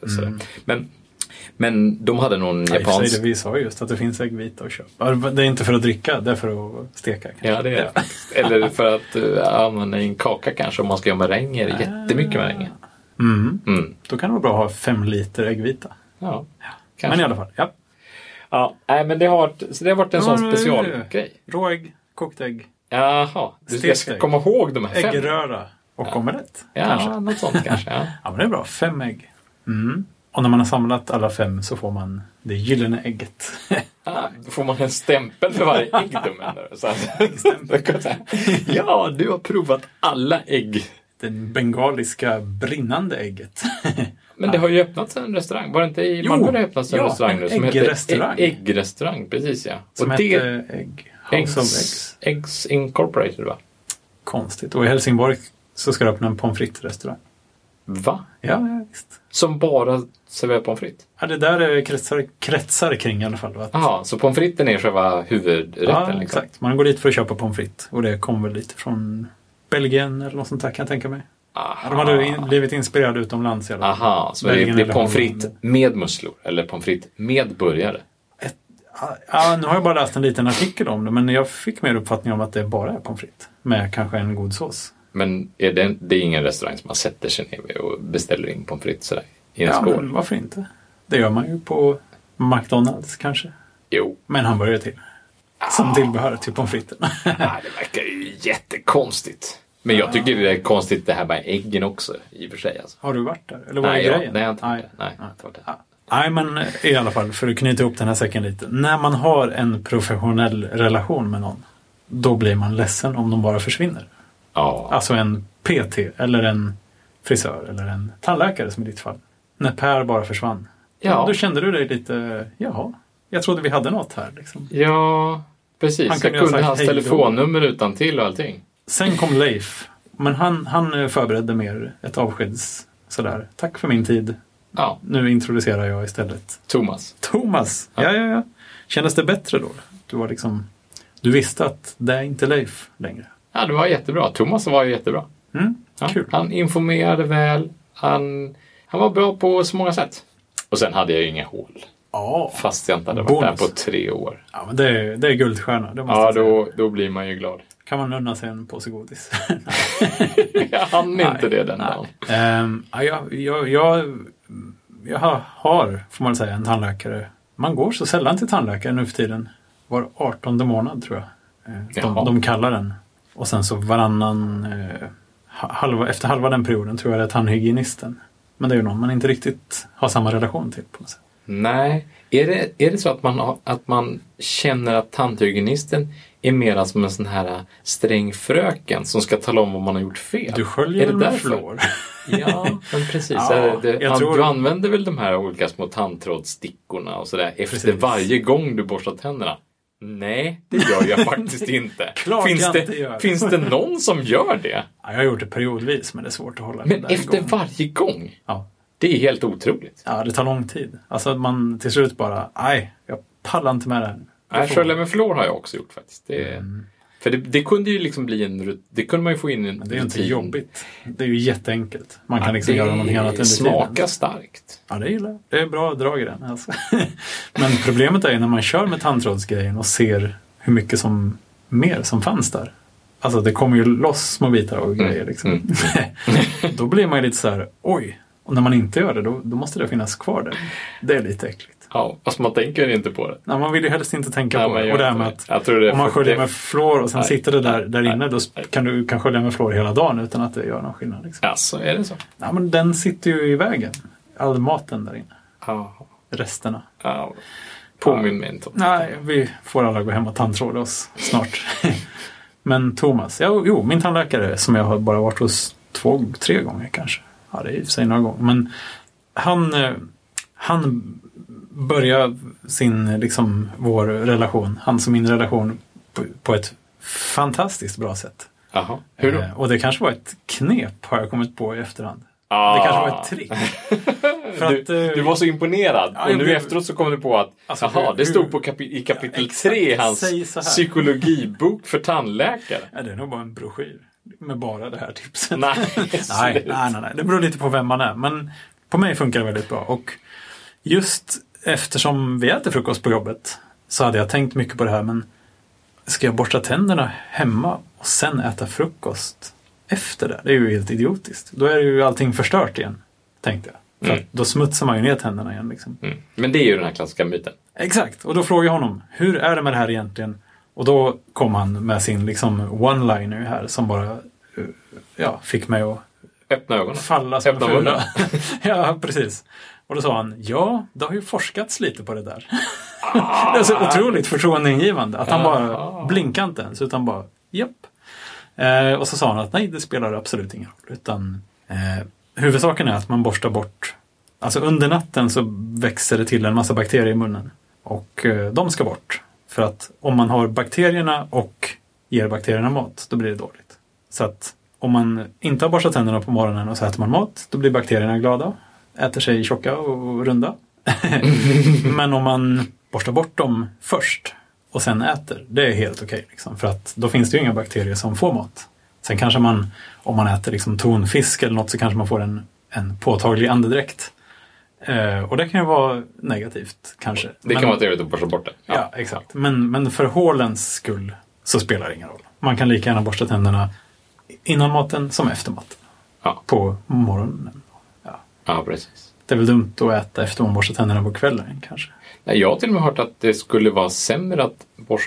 A: Men de hade någon japansk...
B: Vi sa just att det finns äggvita att köpa. Det är inte för att dricka, det är för att steka. Kanske.
A: Ja, det är det. Eller för att använda en kaka kanske om man ska göra maränger. Jättemycket maränger.
B: Då kan det vara bra att ha 5 liter äggvita.
A: Ja,
B: kanske. Men i alla fall,
A: Ja, nej, men det har varit en sån specialgrej.
B: Råägg, kokt ägg.
A: Jaha, jag ska komma ihåg de här 5.
B: Äggröra och omelett.
A: Ja, kanske. Något sånt kanske.
B: Ja, men det är bra. 5 ägg. Och när man har samlat alla 5 så får man det gyllene ägget.
A: Då får man en stämpel för varje ägg du menar. Ja, du har provat alla ägg.
B: Den bengaliska brinnande ägget.
A: Men det har ju öppnats en restaurang. Var det inte i Malmö det öppnats en restaurang nu som heter Äggrestaurang, precis ja.
B: Som heter
A: Eggs Incorporated, va?
B: Konstigt. Och i Helsingborg så ska det öppna en pommes frites-restaurang.
A: Va?
B: Ja, visst.
A: Som bara serverar pommes frites?
B: Ja, det där är kretsar kring i alla fall.
A: Jaha, så pommes fritesen är själva huvudrätten?
B: Ja,
A: liksom.
B: Exakt. Man går dit för att köpa pommes frites. Och det kommer väl lite från Belgien eller något sånt där kan jag tänka mig.
A: Aha.
B: De hade blivit inspirerade utomlands i alla fall.
A: Aha, så Belgien det är pommes frites med musslor eller pommes frites med burgare?
B: Ja, nu har jag bara läst en liten artikel om det, men jag fick mer uppfattning om att det bara är pommes frites med kanske en god sås.
A: Men det är ingen restaurang som man sätter sig ner och beställer in pommes frites sådär i en skål?
B: Men varför inte? Det gör man ju på McDonald's kanske.
A: Jo.
B: Men hamburgare till. som tillbehör till pommes fritesen.
A: Det verkar ju jättekonstigt. Men jag tycker det är konstigt det här med äggen också, i och för sig. Alltså.
B: Har du varit där? Eller vad är grejen?
A: Nej, jag har inte varit där. Nej, inte varit där.
B: Nej, men i alla fall, för att knyta ihop den här säcken lite. När man har en professionell relation med någon, då blir man ledsen om de bara försvinner.
A: Ja.
B: Alltså en PT, eller en frisör, eller en tandläkare som i ditt fall. När Per bara försvann.
A: Ja.
B: Då kände du dig lite, jaha, jag trodde vi hade något här. Liksom.
A: Ja, precis. Jag kunde hans telefonnummer utan till och allting.
B: Sen kom Leif. Men han förberedde mer ett avskeds sådär. Tack för min tid.
A: Ja.
B: Nu introducerar jag istället Thomas. Ja. Kändes det bättre då? Du visste att det är inte Leif längre.
A: Ja, det var jättebra. Thomas var ju jättebra.
B: Kul.
A: Han informerade väl. Han var bra på så många sätt. Och sen hade jag ju inga hål. Fast jag inte hade varit där på 3 år.
B: Ja, men det är guldstjärna. Det måste
A: då blir man ju glad.
B: Kan man unna sig en påse godis?
A: Jag hann inte det den dagen.
B: Jag har, får man säga, en tandläkare. Man går så sällan till tandläkare nu för tiden. Var 18:e månad tror jag. De kallar den. Och sen så varannan... efter halva den perioden tror jag det är tandhygienisten. Men det är ju någon man inte riktigt har samma relation till på något sätt.
A: Nej. Är det så att man känner att tandhygienisten är mer som en sån här sträng fröken som ska tala om vad man har gjort fel?
B: Du sköljer väl med fluor?
A: Ja, men precis. Du använder väl de här olika små tandtrådsstickorna och sådär efter varje gång du borstar tänderna? Nej, det gör jag faktiskt inte. Finns det någon som gör det?
B: Ja, jag har gjort det periodvis, men det är svårt att hålla.
A: Men efter varje gång?
B: Ja.
A: Det är helt otroligt.
B: Ja, det tar lång tid. Alltså att man till slut bara, jag pallar inte med det här.
A: Nej, skölja med fluor har jag också gjort faktiskt. För det kunde ju liksom bli det kunde man ju få in en.
B: Men det är ju inte jobbigt. Det är ju jätteenkelt. Man kan liksom göra någonting annat under tiden.
A: Det smakar starkt.
B: Ja, det gillar jag. Det är bra drag i den. Alltså. Men problemet är ju när man kör med tandtrådsgrejen och ser hur mycket mer som fanns där. Alltså det kommer ju loss små bitar och grejer liksom. Då blir man ju lite så här, oj. Och när man inte gör det, då måste det finnas kvar där. Det är lite äckligt.
A: Ja, fast man tänker inte på det.
B: Nej, man vill ju helst inte tänka på det. Och det här med att
A: om
B: man sköljer med fluor och sen sitter det där inne, då kan du skölja med fluor hela dagen utan att det gör någon skillnad. Liksom.
A: Ja, så är det så.
B: Ja, men den sitter ju i vägen. All maten där inne.
A: Ja.
B: Resterna.
A: Ja. Påminn mig inte.
B: Nej, vi får alla gå hem och tandtråda oss snart. Men Thomas, min tandläkare som jag har bara varit hos 2-3 gånger kanske. Ja, det är i sig några gånger. Men han börjar vår relation, hans och min relation på ett fantastiskt bra sätt.
A: Jaha, hur då?
B: Och det kanske var ett knep har jag kommit på i efterhand. Det kanske var ett trick.
A: Du var så imponerad. Och nu efteråt så kom du på att det stod i kapitel 3 i hans psykologibok för tandläkare.
B: Ja, det är nog bara en broschyr med bara det här tipset.
A: Nej.
B: Det beror lite på vem man är. Men på mig funkar det väldigt bra. Och just eftersom vi äter frukost på jobbet så hade jag tänkt mycket på det här. Men ska jag borsta tänderna hemma och sen äta frukost efter det? Det är ju helt idiotiskt. Då är ju allting förstört igen, tänkte jag. För då smutsar man ju ner tänderna igen. Liksom.
A: Men det är ju den här klassiska myten.
B: Exakt. Och då frågade jag honom, hur är det med det här egentligen? Och då kom han med sin one-liner här som bara fick mig att
A: öppna ögonen.
B: Falla som en fula. Ja, precis. Och då sa han, det har ju forskats lite på det där. Det är så otroligt förtroendeingivande att han bara blinkade inte ens utan bara, japp. Och så sa han att nej, det spelar absolut ingen roll. Utan huvudsaken är att man borstar bort. Alltså under natten så växer det till en massa bakterier i munnen. Och de ska bort. För att om man har bakterierna och ger bakterierna mat, då blir det dåligt. Så att om man inte har borstat tänderna på morgonen och så äter man mat, då blir bakterierna glada. Äter sig tjocka och runda. Men om man borstar bort dem först och sen äter, det är helt okej. Liksom, för att då finns det ju inga bakterier som får mat. Sen kanske om man äter tonfisk eller något så kanske man får en påtaglig andedräkt. Och det kan ju vara negativt kanske.
A: Det kan vara trevligt att borsta bort det.
B: Ja, exakt. Men för hålens skull så spelar det ingen roll. Man kan lika gärna borsta tänderna innan maten som efter maten.
A: Ja.
B: På morgonen.
A: Ja, precis.
B: Det är väl dumt att äta efter man borstar tänderna på kvällen kanske.
A: Nej, jag har till och med hört att det skulle vara sämre att borsta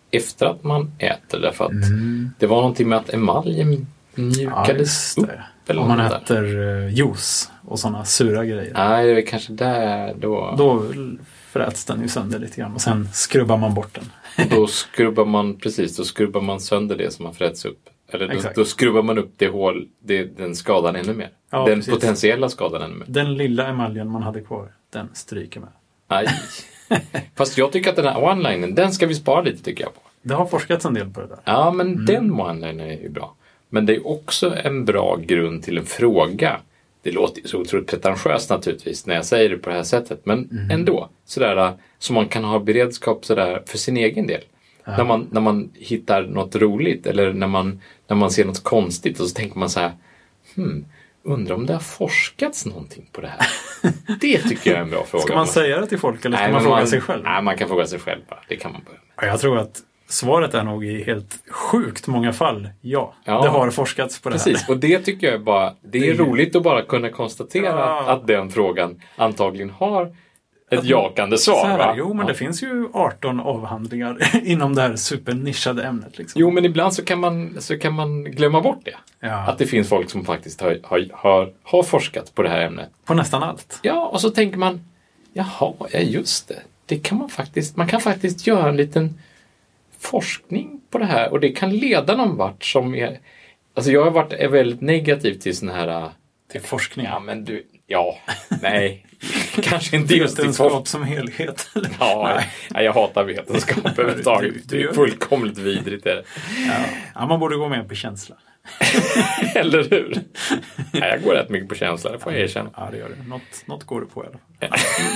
A: efter att man äter. Därför att det var någonting med att emaljen mjukades upp.
B: Om man äter juice och sådana sura grejer.
A: Nej, det är kanske där då...
B: Då fräts den ju sönder lite grann och sen skrubbar man bort den.
A: Då skrubbar man sönder det som har fräts upp. Eller då skrubbar man upp den skadan ännu mer. Ja, den precis. Potentiella skadan ännu mer.
B: Den lilla emaljen man hade kvar, den stryker med.
A: Nej. Fast jag tycker att den här one-linen, den ska vi spara lite tycker jag på.
B: Det har forskats en del på det där.
A: Ja, men den one-linen är ju bra. Men det är också en bra grund till en fråga. Det låter ju så otroligt pretentiöst naturligtvis när jag säger det på det här sättet. Men ändå, sådär, så man kan ha beredskap sådär för sin egen del. Ja. När man hittar något roligt eller när man ser något konstigt och så tänker man så här, undrar om det har forskats någonting på det här. Det tycker jag är en bra fråga.
B: Ska man säga det till folk eller ska man fråga sig själv?
A: Nej, man kan fråga sig själv bara. Det kan man börja med.
B: Jag tror att svaret är nog i helt sjukt många fall. Ja, det har forskats på det här.
A: Precis, och det tycker jag bara, det är roligt att bara kunna konstatera att den frågan antagligen har ett jakande svar.
B: Här, jo, men det finns ju 18 avhandlingar inom det här supernischade ämnet. Liksom.
A: Jo, men ibland så kan man glömma bort det. Ja. Att det finns folk som faktiskt har forskat på det här ämnet.
B: På nästan allt.
A: Ja, och så tänker man, jaha, just det. Man kan faktiskt göra en liten forskning på det här. Och det kan leda någon vart som är... Alltså jag har varit väldigt negativ till sån här...
B: Till forskning?
A: Ja, men nej. Kanske inte just till
B: vetenskap som helhet.
A: Ja, jag hatar vetenskap överhuvudtaget. Det är fullkomligt vidrigt. Är det.
B: Ja, man borde gå med på känsla.
A: Eller hur? Ja, jag går rätt mycket på känsla, det får jag erkänna.
B: Ja, det gör det. Något går det på i alla fall.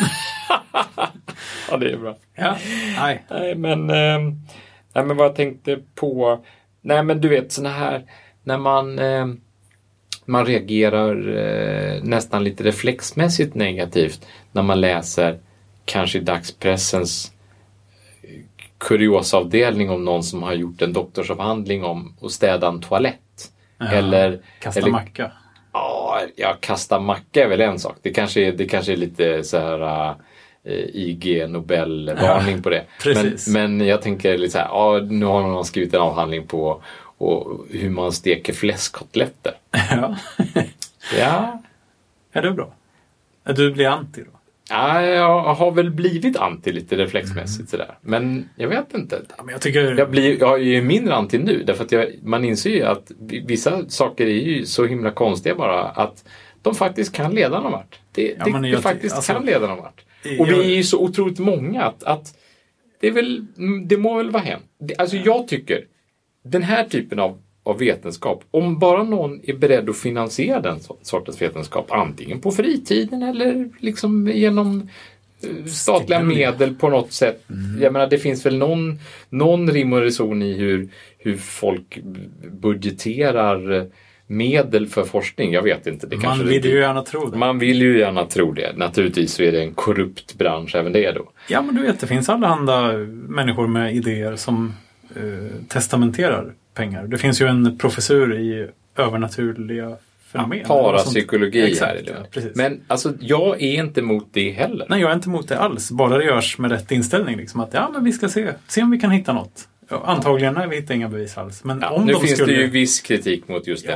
A: Ja, det är bra.
B: Ja. Nej,
A: men vad jag tänkte på... Nej, men du vet, såna här... När man reagerar nästan lite reflexmässigt negativt när man läser kanske i dagspressens kuriosavdelning om någon som har gjort en doktorsavhandling om att städa en toalett.
B: Ja, eller macka.
A: Ja, kasta macka är väl en sak. Det kanske är lite så här IG Nobelvarning på det. Men jag tänker lite så här, nu har någon skrivit en avhandling på och hur man steker fläskkotletter.
B: Ja.
A: Ja.
B: Är det bra? Du blir anti då?
A: Ja, jag har väl blivit anti lite reflexmässigt sådär. Men jag vet inte.
B: Ja, men jag tycker...
A: jag är ju mindre anti nu. Därför att man inser ju att vissa saker är ju så himla konstiga bara att de faktiskt kan leda någon vart. Det faktiskt kan leda någon vart. Och vi är ju så otroligt många att det må väl vara hänt. Alltså jag tycker den här typen av vetenskap, om bara någon är beredd att finansiera den sortens vetenskap, antingen på fritiden eller liksom genom statliga medel på något sätt. Jag menar, det finns väl någon rim och reson i hur folk budgeterar medel för forskning. Jag vet inte.
B: Man vill ju gärna tro det.
A: Man vill ju gärna tro det. Naturligtvis så är det en korrupt bransch även det då.
B: Ja, men du vet, det finns allehanda människor med idéer som testamenterar pengar. Det finns ju en professur i övernaturliga fenomen.
A: Parapsykologi här.
B: Ja,
A: men alltså, jag är inte emot det heller.
B: Nej, jag är inte emot det alls. Bara det görs med rätt inställning. Liksom, att men vi ska se om vi kan hitta något. Ja, antagligen vi hittar inga bevis alls. Men om
A: nu finns det ju viss kritik mot just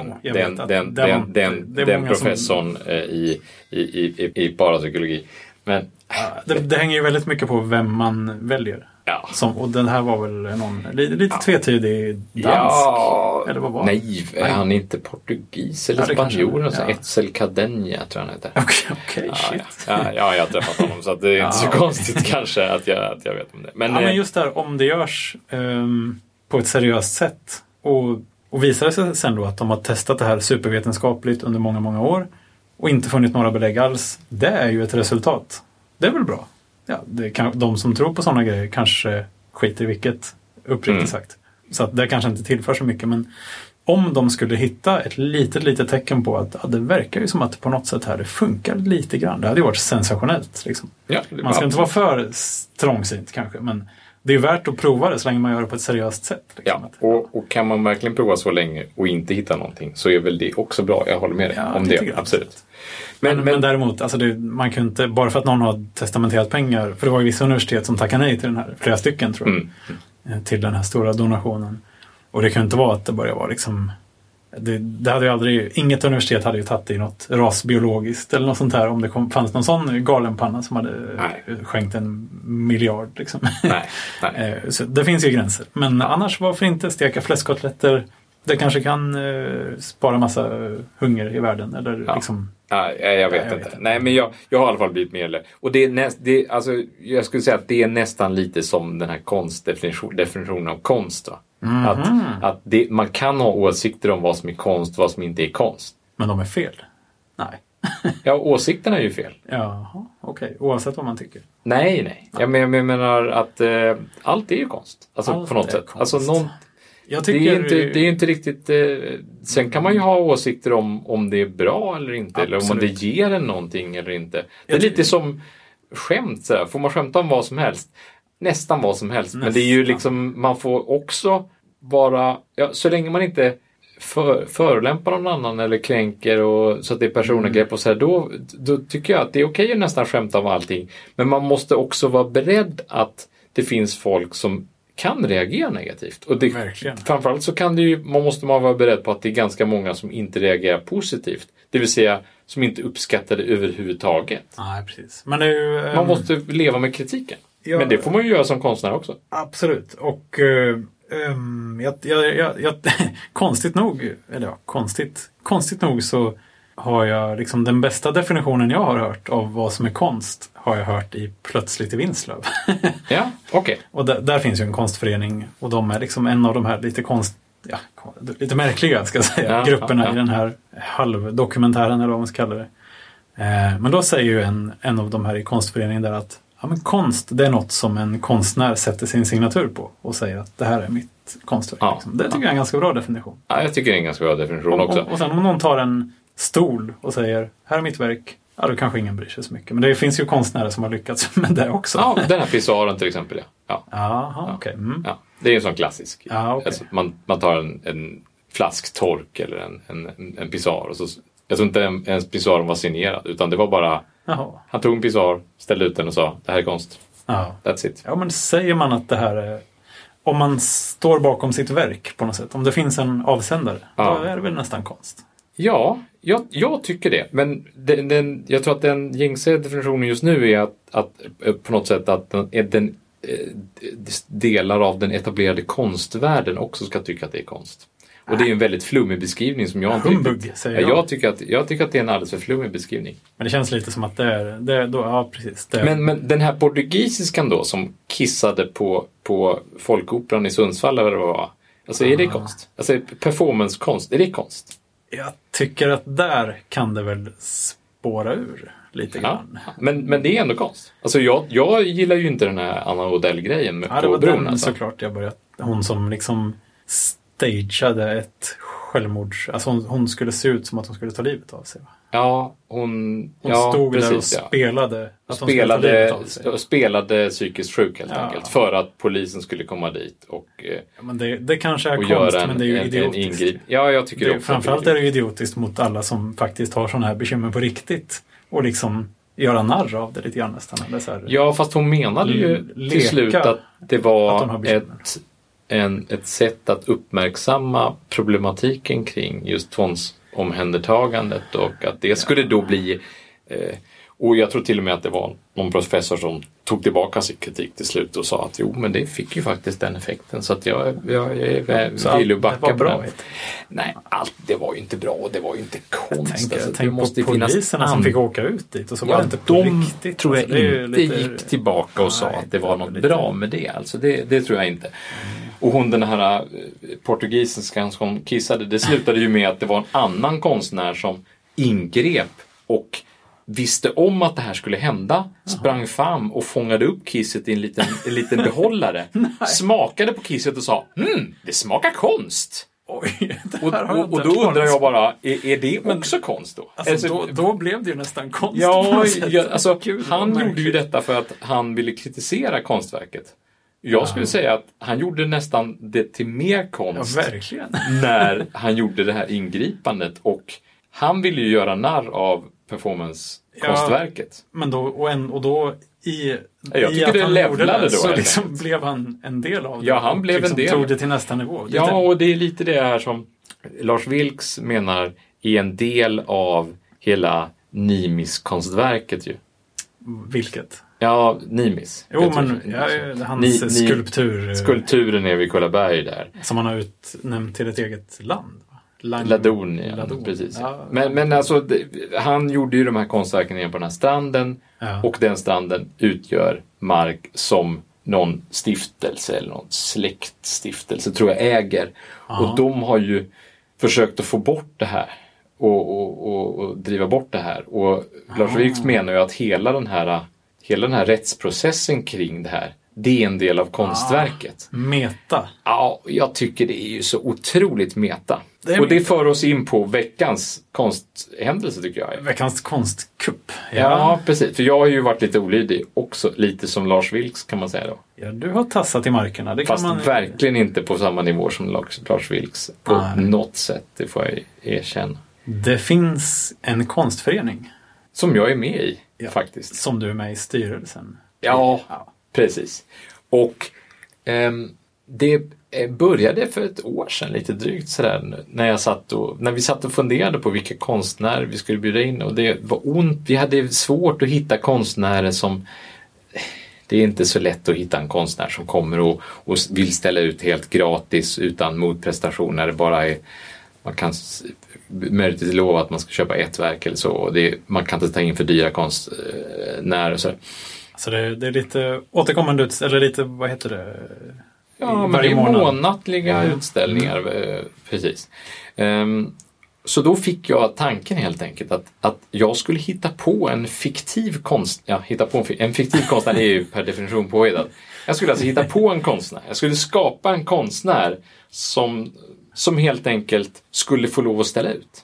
A: den professorn i parapsykologi. Men
B: det hänger ju väldigt mycket på vem man väljer.
A: Ja.
B: Och den här var väl någon lite tvetydig dansk?
A: Ja,
B: eller vad var
A: nej, han är inte portugis eller spanjor. Etzel Cadena tror han heter.
B: Okej, shit.
A: Ja, jag har träffat honom så att det är inte så konstigt kanske att jag vet om det.
B: Men just där, om det görs på ett seriöst sätt och visar sig sen då att de har testat det här supervetenskapligt under många, många år och inte funnit några belägg alls, det är ju ett resultat. Det är väl bra. Ja, de som tror på sådana grejer kanske skiter i vilket, uppriktigt sagt. Så att det kanske inte tillför så mycket. Men om de skulle hitta ett litet tecken på att det verkar ju som att på något sätt här det funkar lite grann. Det hade ju varit sensationellt. Liksom.
A: Ja,
B: man ska inte vara för trångsynt kanske, men det är värt att prova det så länge man gör det på ett seriöst sätt. Liksom.
A: Ja, och kan man verkligen prova så länge och inte hitta någonting så är väl det också bra. Jag håller med dig om det, absolut.
B: Men däremot, alltså man kan inte, bara för att någon har testamenterat pengar, för det var ju vissa universitet som tackade nej till den här, flera stycken tror jag. till den här stora donationen. Och det kan inte vara att det börjar vara liksom... Det hade ju aldrig... Inget universitet hade ju tagit i något rasbiologiskt eller något sånt här om det fanns någon sån galenpanna som hade skänkt 1 miljard. Liksom.
A: Nej.
B: Så det finns ju gränser. Men annars, varför inte steka fläskkotletter? Det kanske kan spara massa hunger i världen. Eller liksom...
A: Jag vet inte. Nej, men jag har i alla fall blivit mer... Och alltså, jag skulle säga att det är nästan lite som den här definitionen av konst. Då. Att man kan ha åsikter om vad som är konst och vad som inte är konst.
B: Men de är fel? Nej.
A: Ja, åsikterna är ju fel.
B: Jaha, okej. Oavsett vad man tycker.
A: Nej. Jag menar att allt är ju konst. Alltså allt på något sätt. Konst. Alltså det är inte riktigt... sen kan man ju ha åsikter om det är bra eller inte. Absolut. Eller om det ger en någonting eller inte. Det är lite som skämt. Så här. Får man skämta om vad som helst? Nästan vad som helst. Men det är ju liksom... Man får också vara... Ja, så länge man inte förolämpar någon annan eller kränker och så att det är personangrepp och så här, då tycker jag att det är okej att nästan skämta om allting. Men man måste också vara beredd att det finns folk som kan reagera negativt. Och framförallt så måste man vara beredd på att det är ganska många som inte reagerar positivt. Det vill säga som inte uppskattar det överhuvudtaget.
B: Nej, precis. Men det är ju,
A: man måste leva med kritiken. Ja, men det får man ju göra som konstnär också.
B: Absolut. Och konstigt nog så har jag liksom den bästa definitionen jag har hört av vad som är konst har jag hört i Plötsligt i Vinslöv.
A: Ja, okej.
B: Och där finns ju en konstförening och de är liksom en av de här lite märkliga ska jag säga, grupperna i den här halvdokumentären eller vad man ska kalla det. Men då säger ju en av de här i konstföreningen där att men konst, det är något som en konstnär sätter sin signatur på och säger att det här är mitt konstverk. Ja, liksom. Det tycker jag är en ganska bra definition.
A: Ja, jag tycker det är en ganska bra definition också.
B: Och sen om någon tar en stol och säger, här är mitt verk, då kanske ingen bryr sig så mycket. Men det finns ju konstnärer som har lyckats med det också.
A: Ja, den här pisaren till exempel.
B: Jaha, okej. Mm.
A: Ja, det är en sån klassisk.
B: Ja, okay.
A: Alltså, man tar en flask tork eller en pisar och så... Jag tror inte ens pisaren var signerad, utan det var bara... Jaha. Han tog en pisar, ställde ut den och sa, det här är konst.
B: Ja.
A: That's it.
B: Ja, men säger man att det här är... Om man står bakom sitt verk på något sätt, om det finns en avsändare, då är det väl nästan konst.
A: Ja, jag tycker det. Men jag tror att den gängse definitionen just nu är att på något sätt att den delar av den etablerade konstvärlden också ska tycka att det är konst. Och det är en väldigt flummig beskrivning som jag inte
B: humbug, säger jag.
A: Jag tycker att det är en alldeles för flummig beskrivning.
B: Men det känns lite som att det är då, ja precis. Det är...
A: Men den här portugisiskan då som kissade på Folkoperan i Sundsvall eller vad det var. Alltså är det konst? Alltså performancekonst, är det konst?
B: Jag tycker att där kan det väl spåra ur lite grann.
A: Men det är ändå konst. Alltså jag gillar ju inte den här Anna Odell-grejen med
B: det var
A: bron.
B: Den såklart jag började. Hon som liksom stageade ett självmord. Alltså hon skulle se ut som att hon skulle ta livet av sig. Va?
A: Ja, hon
B: stod där och
A: spelade psykiskt sjuk helt enkelt. För att polisen skulle komma dit och
B: men det kanske är konst, men det är ju idiotiskt.
A: Ja, jag tycker det
B: framförallt är det ju idiotiskt mot alla som faktiskt har sådana här bekymmer på riktigt. Och liksom göra narr av det lite grann nästan. Eller så här,
A: ja, fast hon menade ju till slut att det var ett sätt att uppmärksamma problematiken kring just tvångsomhändertagandet och att det skulle då bli och jag tror till och med att det var någon professor som tog tillbaka sin kritik till slut och sa att jo, men det fick ju faktiskt den effekten så att jag vill ju backa på den. Nej, det var ju inte bra och det var ju inte konst.
B: Tänk på poliserna som fick åka ut dit och så var det inte på riktigt.
A: Tror jag inte gick tillbaka och sa att det var något bra med det. Alltså det tror jag inte. Och hon den här portugisiska som kissade, det slutade ju med att det var en annan konstnär som ingrep och visste om att det här skulle hända, sprang fram och fångade upp kisset i en liten behållare. Smakade på kisset och sa, det smakar konst.
B: Oj,
A: och då undrar jag bara, är det också konst då?
B: Alltså, då blev det ju nästan konst.
A: Ja, alltså, han gjorde ju detta för att han ville kritisera konstverket. Jag skulle säga att han gjorde nästan det till mer konst när han gjorde det här ingripandet och han ville ju göra narr av performance-konstverket.
B: Ja, men då
A: Jag tycker det levlade då.
B: Så liksom blev han en del av det.
A: Ja, han blev
B: liksom
A: en del.
B: Tog det till nästa nivå.
A: Ja, och det är lite det här som Lars Vilks menar är en del av hela Nimis-konstverket ju.
B: Vilket?
A: Ja, Nimis.
B: Jo, men hans skulptur.
A: Skulpturen är vid Kullaberg där.
B: Som han har utnämnt till ett eget land.
A: Ladon, precis. Ja. Men alltså, han gjorde ju de här konstverken igen på den här stranden. Ja. Och den stranden utgör mark som någon stiftelse eller någon släktstiftelse tror jag äger. Ja. Och de har ju försökt att få bort det här. Och driva bort det här. Och Lars Vilks menar ju att hela den här rättsprocessen kring det här, det är en del av konstverket.
B: Meta.
A: Ja, jag tycker det är ju så otroligt meta. Det för oss in på veckans konsthändelse tycker jag.
B: Veckans konstkupp.
A: Ja, precis. För jag har ju varit lite olydig också. Lite som Lars Vilks kan man säga då.
B: Ja, du har tassat i markerna. Det
A: fast
B: kan man...
A: verkligen inte på samma nivå som Lars Vilks. På något sätt, det får jag erkänna.
B: Det finns en konstförening.
A: Som jag är med i, faktiskt.
B: Som du är med i styrelsen.
A: Ja. Precis. Och det började för ett år sedan lite drygt sådär när vi satt och funderade på vilka konstnärer vi skulle bjuda in, och det var ont. Vi hade svårt att hitta konstnärer som... Det är inte så lätt att hitta en konstnär som kommer och vill ställa ut helt gratis utan motprestationer. Det bara är... Man kan möjligtvis lova att man ska köpa ett verk eller så. Och man kan inte ta in för dyra konstnärer och så.
B: Så det är lite återkommande eller lite, vad heter det?
A: Ja, men det är månatliga utställningar, precis. Så då fick jag tanken helt enkelt att jag skulle hitta på en fiktiv konst. Ja, en fiktiv konstnär är ju per definition påhittad. Jag skulle alltså hitta på en konstnär. Jag skulle skapa en konstnär som helt enkelt skulle få lov att ställa ut.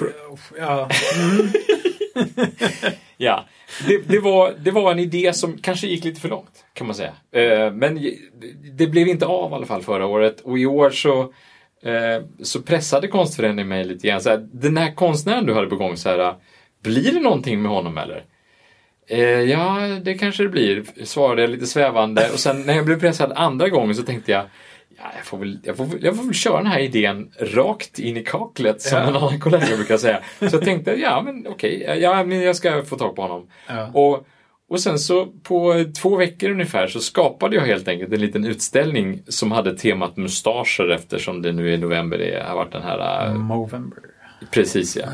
A: Ja, det var en idé som kanske gick lite för långt, kan man säga. Men det blev inte av i alla fall förra året. Och i år så pressade konstföreningen mig lite grann. Så här, den här konstnären du hade på gång, så här, blir det någonting med honom eller? Ja, det kanske det blir, svarade jag lite svävande. Och sen när jag blev pressad andra gången så tänkte jag, jag får väl köra den här idén rakt in i kaklet som en annan kollega brukar säga. Så jag tänkte, men jag ska få tag på honom. Ja. Och sen så på 2 veckor ungefär så skapade jag helt enkelt en liten utställning som hade temat mustascher, eftersom det nu i november det har varit den här...
B: November.
A: Precis, ja.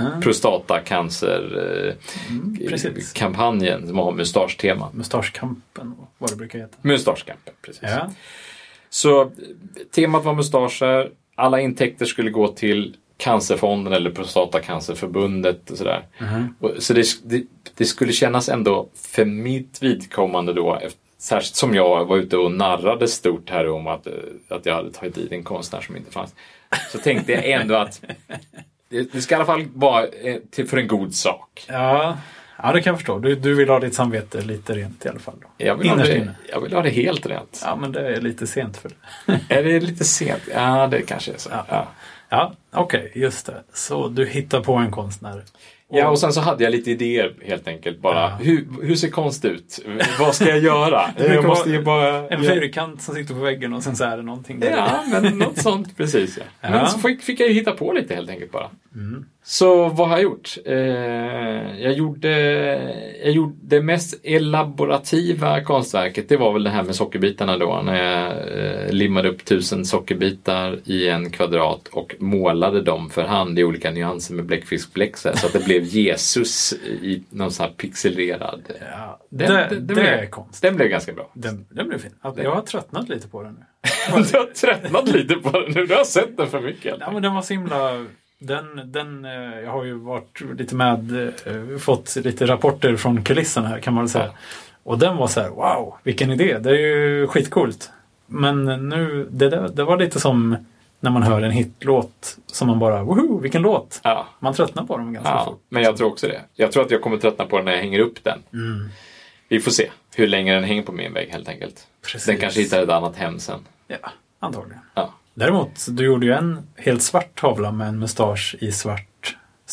A: Prostatacancer-kampanjen som har mustasch-tema.
B: Mustaschkampen, vad det brukar heta.
A: Mustaschkampen, precis.
B: Ja.
A: Så temat var mustascher. Alla intäkter skulle gå till Cancerfonden eller Prostatacancerförbundet och sådär. Så det skulle kännas ändå för mitt vidkommande då, särskilt som jag var ute och narrade stort här om att jag hade tagit dit en konstnär som inte fanns. Så tänkte jag ändå att det ska i alla fall vara för en god sak.
B: Ja, det kan jag förstå. Du vill ha ditt samvete lite rent i alla fall. Då.
A: Jag vill ha det helt rent.
B: Ja, men det är lite sent för det.
A: Är det lite sent? Ja, det kanske är så.
B: Ja, okej, just det. Så du hittar på en konstnär.
A: Ja, och sen så hade jag lite idéer helt enkelt. Bara, hur ser konst ut? Vad ska jag göra? Jag måste ju bara...
B: En fyrkant som sitter på väggen och sen så är det någonting där.
A: Ja, men något sånt, precis. Ja. Men så fick jag ju hitta på lite helt enkelt bara. Så vad har jag gjort? Jag gjorde det mest elaborativa konstverket. Det var väl det här med sockerbitarna då. När jag limmade upp 1000 sockerbitar i en kvadrat och målade dem för hand i olika nyanser med bläckfiskbläck. Så att det blev Jesus i någon sån här pixelerad...
B: Ja, det är konst.
A: Den blev ganska bra.
B: Den blev fin. Jag har tröttnat lite på den nu.
A: Du har tröttnat lite på den nu? Du har sett den för mycket.
B: Ja, men den var så himla... jag har ju varit lite med, fått lite rapporter från kulissen här kan man väl säga. Och den var så här, wow, vilken idé. Det är ju skitcoolt. Men nu, det var lite som när man hör en hitlåt som man bara, woho, vilken låt. Ja. Man tröttnar på dem ganska fort.
A: Men jag tror också det. Jag tror att jag kommer tröttna på den när jag hänger upp den. Vi får se hur länge den hänger på min vägg helt enkelt. Precis. Den kanske hittar ett annat hem sen.
B: Ja, antagligen.
A: Ja.
B: Däremot, du gjorde ju en helt svart tavla med en mustasch i svart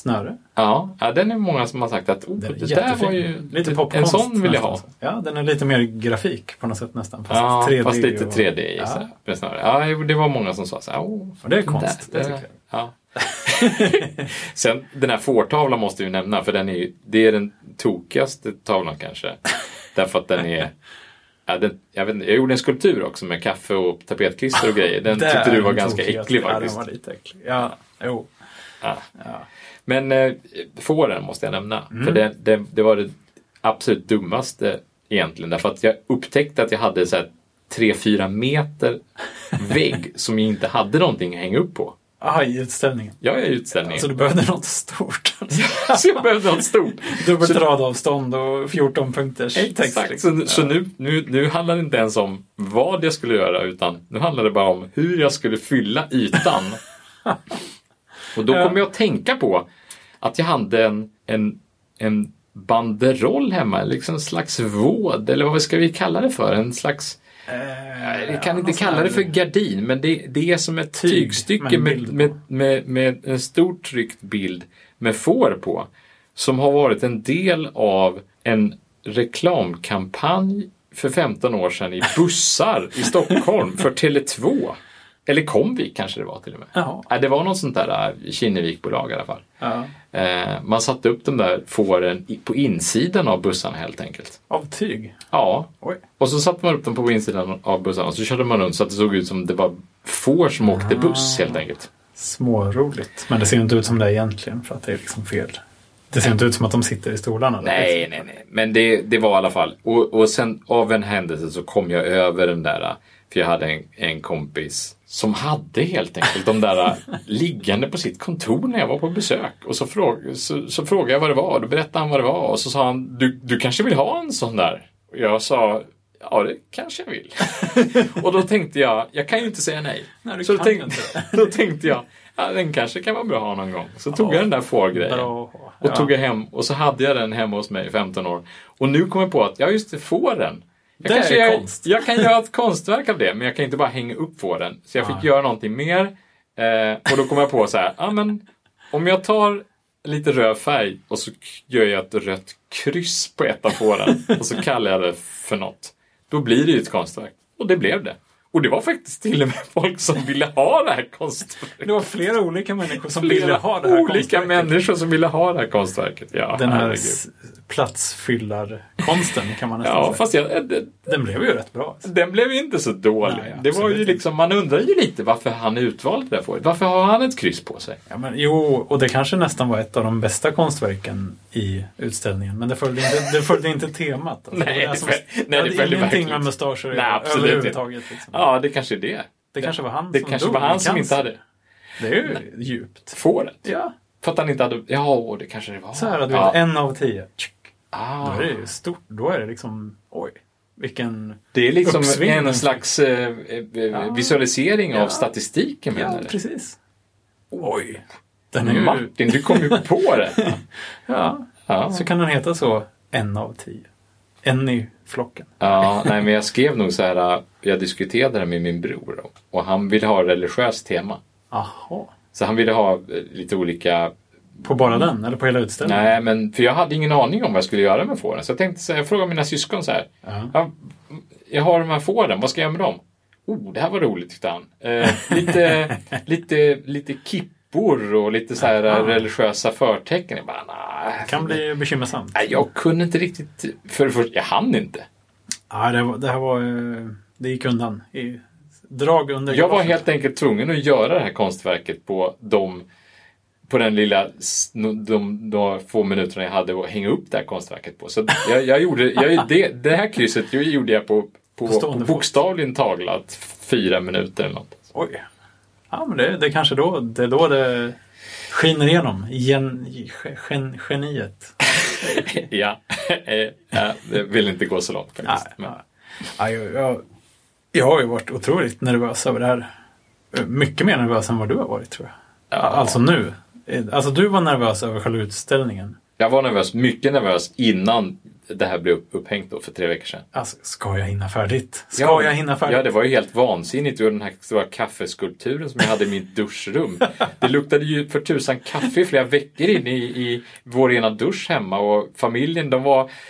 B: snöre.
A: Ja, den är många som har sagt att det där var ju
B: lite popkonst.
A: En sån vill jag ha.
B: Ja, den är lite mer grafik på något sätt nästan.
A: Fast 3D fast lite 3D
B: i
A: ja. Snöre. Ja, det var många som sa så här.
B: Och det är konst, det tycker jag.
A: Ja. Sen den här fårtavlan måste vi nämna, för det är den tokigaste tavlan kanske. Därför att den är jag gjorde en skulptur också med kaffe och tapetklister och grejer. Den tyckte du var ganska äcklig faktiskt.
B: Ja, den var lite äcklig. Ja, jo.
A: Ja. Men fåren måste jag nämna. För det var det absolut dummaste egentligen. Därför att jag upptäckte att jag hade så här 3-4 meter vägg som jag inte hade någonting att hänga upp på.
B: I utställningen.
A: Ja, i utställningen.
B: Så du behövde något stort.
A: Så jag behövde något stort.
B: Dubbelt radavstånd och 14 punkters text.
A: Exakt, liksom. Så nu handlar det inte ens om vad jag skulle göra, utan nu handlar det bara om hur jag skulle fylla ytan. Och då kom jag att tänka på att jag hade en banderoll hemma, liksom en slags våd, eller vad ska vi kalla det för? En slags... Jag kan inte kalla det för gardin, men det är som ett tygstycke med en stor tryckt bild med får på, som har varit en del av en reklamkampanj för 15 år sedan i bussar i Stockholm för Tele2. Eller Comvik kanske det var till och med.
B: Jaha.
A: Det var något sånt där Kinnevikbolag i alla fall.
B: Ja.
A: Man satte upp de där fåren på insidan av bussarna helt enkelt.
B: Av tyg?
A: Ja.
B: Oj.
A: Och så satte man upp dem på insidan av bussarna och så körde man runt så att det såg ut som det var får som åkte buss helt enkelt.
B: Småroligt. Men det ser inte ut som det egentligen, för att det är liksom fel. Det ser inte ut som att de sitter i stolarna.
A: Nej. Men det var i alla fall. Och sen av en händelse så kom jag över den där. För jag hade en kompis som hade helt enkelt de där liggande på sitt kontor när jag var på besök. Och så frågade jag vad det var. Då berättade han vad det var. Och så sa han, du kanske vill ha en sån där? Och jag sa, ja det kanske jag vill. Och då tänkte jag kan ju inte säga nej. Så då tänkte jag, den kanske kan vara bra att ha någon gång. Så tog jag den där fårgrejen och tog jag hem. Och så hade jag den hemma hos mig i 15 år. Och nu kom jag på att, just det, fåren. Jag kan göra ett konstverk av det, men jag kan inte bara hänga upp fåren. Så jag fick göra någonting mer. Och då kom jag på så här, men om jag tar lite röd färg och så gör jag ett rött kryss på ett av fåren och så kallar jag det för något. Då blir det ju ett konstverk. Och det blev det. Och det var faktiskt till och med folk som ville ha det här konstverket.
B: Det var flera olika människor som ville ha det här konstverket.
A: Olika människor som ville ha det här konstverket. Ja,
B: den här platsfyllarkonsten kan man nästan säga.
A: Fast
B: den blev ju rätt bra. Alltså.
A: Den blev inte så dålig. Nej, det var ju liksom, man undrar ju lite varför han utvalde det där fåret. Varför har han ett kryss på sig?
B: Ja, men, och det kanske nästan var ett av de bästa konstverken i utställningen. Men det följde inte temat. Alltså. Det följde ingenting med mustascher överhuvudtaget. Liksom.
A: Ja, det kanske är det.
B: Det kanske var han
A: som
B: dog.
A: Det kanske var han som inte hade.
B: Det är ju djupt.
A: Fåret?
B: Ja.
A: För att han inte hade... Ja, det kanske det var.
B: Så här, du vet, 1 av 10. Då är det ju stort. Då är det liksom... Oj, vilken
A: det är liksom en slags visualisering av statistiken, menar du?
B: Ja, precis.
A: Oj. Den är Martin, du kom ju på det.
B: Ja, så kan den heta så. 1 av 10. En i flocken.
A: Ja, nej, men jag skrev nog så här. Jag diskuterade det med min bror då, och han ville ha religiöst tema.
B: Aha.
A: Så han ville ha lite olika...
B: På bara den? Eller på hela utställningen?
A: Nej, men för jag hade ingen aning om vad jag skulle göra med fåren. Så jag tänkte så här, jag frågade mina syskon så här. Jag har de här fåren, vad ska jag göra med dem? Det här var roligt, tyckte han. Lite kippor och lite så här religiösa förtecken. Jag bara,
B: det kan bli bekymmersamt.
A: Nej, jag kunde inte riktigt... Jag hann inte.
B: Ja, det gick undan. Drag under.
A: Jag var helt enkelt tvungen att göra det här konstverket på den lilla de få minuterna jag hade att hänga upp det här konstverket på. Så jag gjorde det här krysset gjorde jag på bokstavligen taglat 4 minuter eller något.
B: Oj. Ja, men det är kanske då det skiner igenom. Geniet.
A: Ja, jag vill inte gå så långt faktiskt.
B: Jag har ju varit otroligt nervös över det här. Mycket mer nervös än vad du har varit, tror jag. Ja. Alltså nu. Alltså du var nervös över själva utställningen.
A: Jag var mycket nervös innan det här blev upphängt då för 3 veckor sedan.
B: Alltså, ska jag hinna färdigt? Jag hinna färdigt?
A: Ja, det var ju helt vansinnigt. Det var den här stora kaffeskulpturen som jag hade i mitt duschrum. Det luktade ju för tusan kaffe i flera veckor in i vår ena dusch hemma. Och familjen, det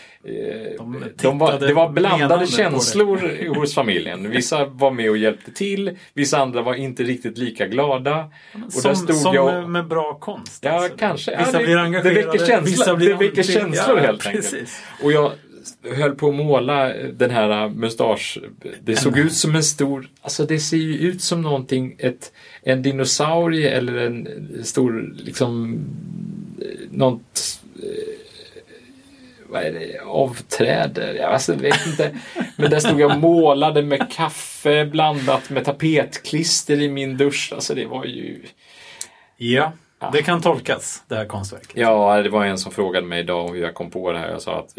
A: var blandade känslor hos familjen. Vissa var med och hjälpte till. Vissa andra var inte riktigt lika glada. Och
B: som med bra konst.
A: Ja,
B: alltså.
A: kanske.
B: Vissa blir engagerade.
A: Det väcker känslor helt
B: enkelt.
A: Precis. Och jag höll på att måla den här mustasch. Det såg ut som en stor... Alltså det ser ju ut som någonting... En dinosaurie eller en stor... liksom... något... vad är det? Avträder. Jag vet inte. Men där stod jag och målade med kaffe blandat med tapetklister i min dusch. Alltså det var ju...
B: Ja, det kan tolkas, det här konstverket.
A: Ja, det var en som frågade mig idag hur jag kom på det här. Jag sa att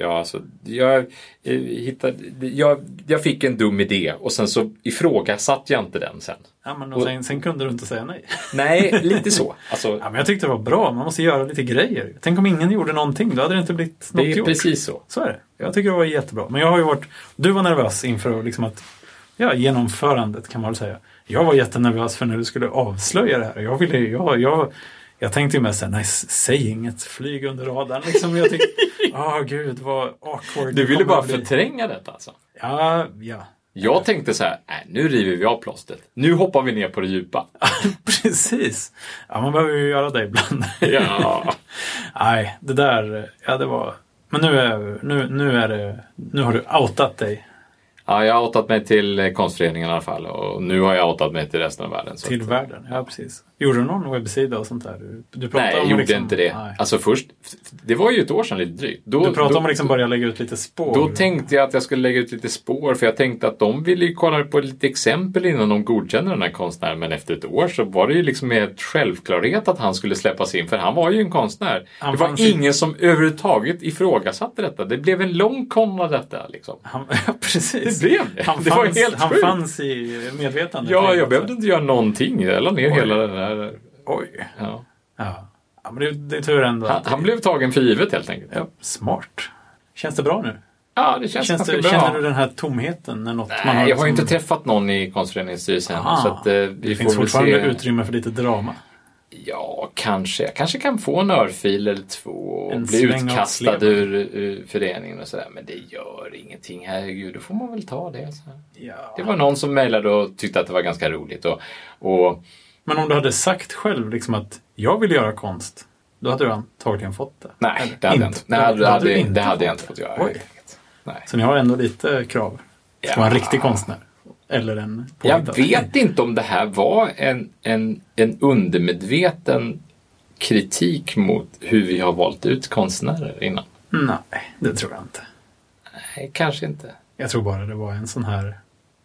A: jag fick en dum idé och sen så ifrågasatte jag inte den sen.
B: Ja, men sen kunde du inte säga nej.
A: Nej, lite så. Alltså,
B: ja, men jag tyckte det var bra. Man måste göra lite grejer. Tänk om ingen gjorde någonting. Då hade det inte blivit något gjort.
A: Det är precis så.
B: Så är det. Jag tycker det var jättebra. Men jag har ju varit... Du var nervös inför liksom att... Ja, genomförandet kan man väl säga. Jag var jättenervös för när du skulle avslöja det här. Jag tänkte ju med sig, nej, säg inget, flyg under radarn. Liksom, jag tyckte, gud, vad awkward.
A: Du ville bara förtränga detta alltså?
B: Ja.
A: Jag tänkte så här, nu river vi av plåstret. Nu hoppar vi ner på det djupa.
B: Precis. Ja, man behöver ju göra det ibland.
A: Ja.
B: Nej, det där, det var... Men nu har du outat dig.
A: Ja, jag har outat mig till konstföreningen i alla fall. Och nu har jag outat mig till resten av världen.
B: Till världen, ja precis. Gjorde du någon webbsida och sånt där?
A: Nej, jag gjorde inte det. Nej. Alltså först, det var ju ett år sedan lite drygt.
B: Du pratade om att liksom börja lägga ut lite spår.
A: Då tänkte jag att jag skulle lägga ut lite spår. För jag tänkte att de ville ju kolla på lite exempel innan de godkänner den här konstnären. Men efter ett år så var det ju liksom ett självklarhet att han skulle släppas in. För han var ju en konstnär. Det var ingen som överhuvudtaget ifrågasatte detta. Det blev en lång kon av detta liksom.
B: Ja, precis.
A: Det blev det.
B: Han fanns i medvetande.
A: Ja, jag behövde inte göra någonting. Jag la ner hela den där...
B: Oj.
A: Ja,
B: men det tror jag ändå.
A: Han blev tagen för givet helt enkelt.
B: Ja, smart. Känns det bra nu?
A: Ja, det känns ganska bra.
B: Känner du den här tomheten? När något man har
A: jag har inte träffat någon i konstföreningsstyrelsen. Så att,
B: det finns fortfarande utrymme för lite drama.
A: Ja, kanske. Jag kanske kan få en örfil eller 2 och bli utkastad ur föreningen och sådär. Men det gör ingenting. Herregud, då får man väl ta det. Så. Ja. Det var någon som mejlade och tyckte att det var ganska roligt. Och...
B: Men om du hade sagt själv liksom att jag vill göra konst, då hade du antagligen fått det.
A: Nej, det hade jag inte fått göra.
B: Nej. Så ni har ändå lite krav. Ska vara en riktig konstnär. Eller en påhittad.
A: Jag vet inte om det här var en undermedveten kritik mot hur vi har valt ut konstnärer innan.
B: Nej, det tror jag inte.
A: Nej, kanske inte.
B: Jag tror bara det var en sån här...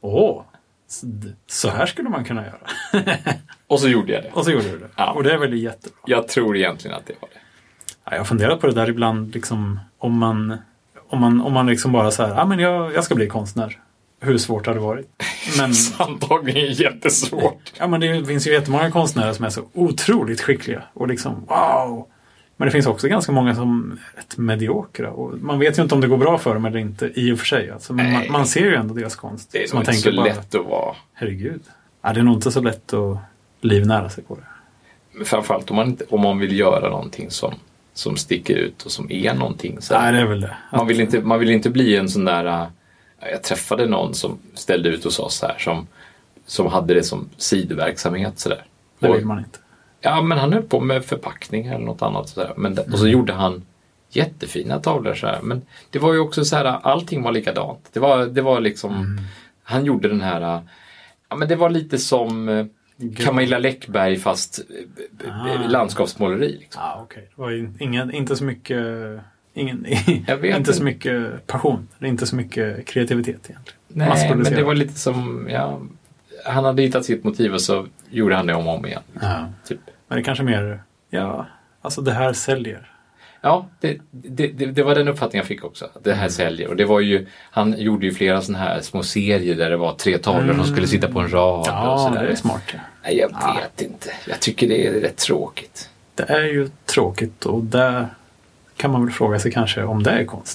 B: så här skulle man kunna göra.
A: Och så gjorde jag det.
B: Och så gjorde du det. Ja. Och det är väl jättebra.
A: Jag tror egentligen att det var det.
B: Ja, jag har funderat på det där ibland. Liksom, om man liksom bara så här, men jag ska bli konstnär. Hur svårt har det varit? Men
A: antagligen jättesvårt.
B: Ja, men det finns ju jättemånga konstnärer som är så otroligt skickliga. Och liksom, wow! Men det finns också ganska många som är rätt mediokra. Och man vet ju inte om det går bra för dem eller inte i och för sig. Alltså, men man ser ju ändå deras konst.
A: Det är nog inte så lätt att vara.
B: Herregud. Ja, det är nog inte så lätt att livnära sig på det.
A: Men framförallt om man vill göra någonting som sticker ut och som är någonting. Så
B: nej, det är väl det.
A: Man vill inte bli en sån där... Jag träffade någon som ställde ut hos oss här som hade det som sidoverksamhet sådär.
B: Det vill man inte.
A: Ja, men han höll på med förpackningar eller något annat sådär. Och så gjorde han jättefina tavlor sådär. Men det var ju också så här, allting var likadant. Det var liksom, han gjorde den här, men det var lite som Camilla Läckberg fast landskapsmåleri. Liksom.
B: Okej. Det var ju inte så mycket... inte så mycket passion. Inte så mycket kreativitet egentligen.
A: Nej, men det var lite som... han hade hittat sitt motiv och så gjorde han det om och om igen. Typ.
B: Men det är kanske mer... alltså det här säljer.
A: Ja, det var den uppfattningen jag fick också. Att det här säljer. Och det var ju... Han gjorde ju flera såna här små serier där det var 3 tavlor som skulle sitta på en rad. och sådär.
B: Det är smart. Ja.
A: Nej, jag vet inte. Jag tycker det är rätt tråkigt.
B: Det är ju tråkigt och där... kan man väl fråga sig kanske om det är konst.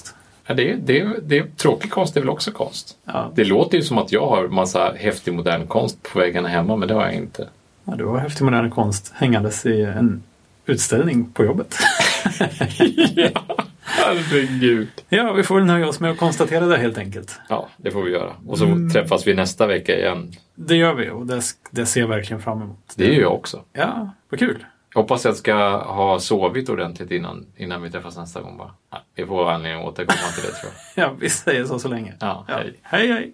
A: Ja, det tråkig konst är väl också konst.
B: Ja.
A: Det låter ju som att jag har massa häftig modern konst på väggarna hemma, men det har jag inte.
B: Ja, du har häftig modern konst hängandes i en utställning på jobbet.
A: Ja, herregud.
B: Ja, vi får väl nöja oss med att konstatera det helt enkelt.
A: Ja, det får vi göra. Och så träffas vi nästa vecka igen.
B: Det gör vi och det ser jag verkligen fram emot.
A: Det gör jag också.
B: Ja, vad kul.
A: Jag hoppas jag ska ha sovit ordentligt innan vi träffas nästa gång. Bara. Ja, vi får anledning att återkomma till det, tror jag.
B: Ja, vi säger så länge.
A: Ja, hej.
B: Hej, hej.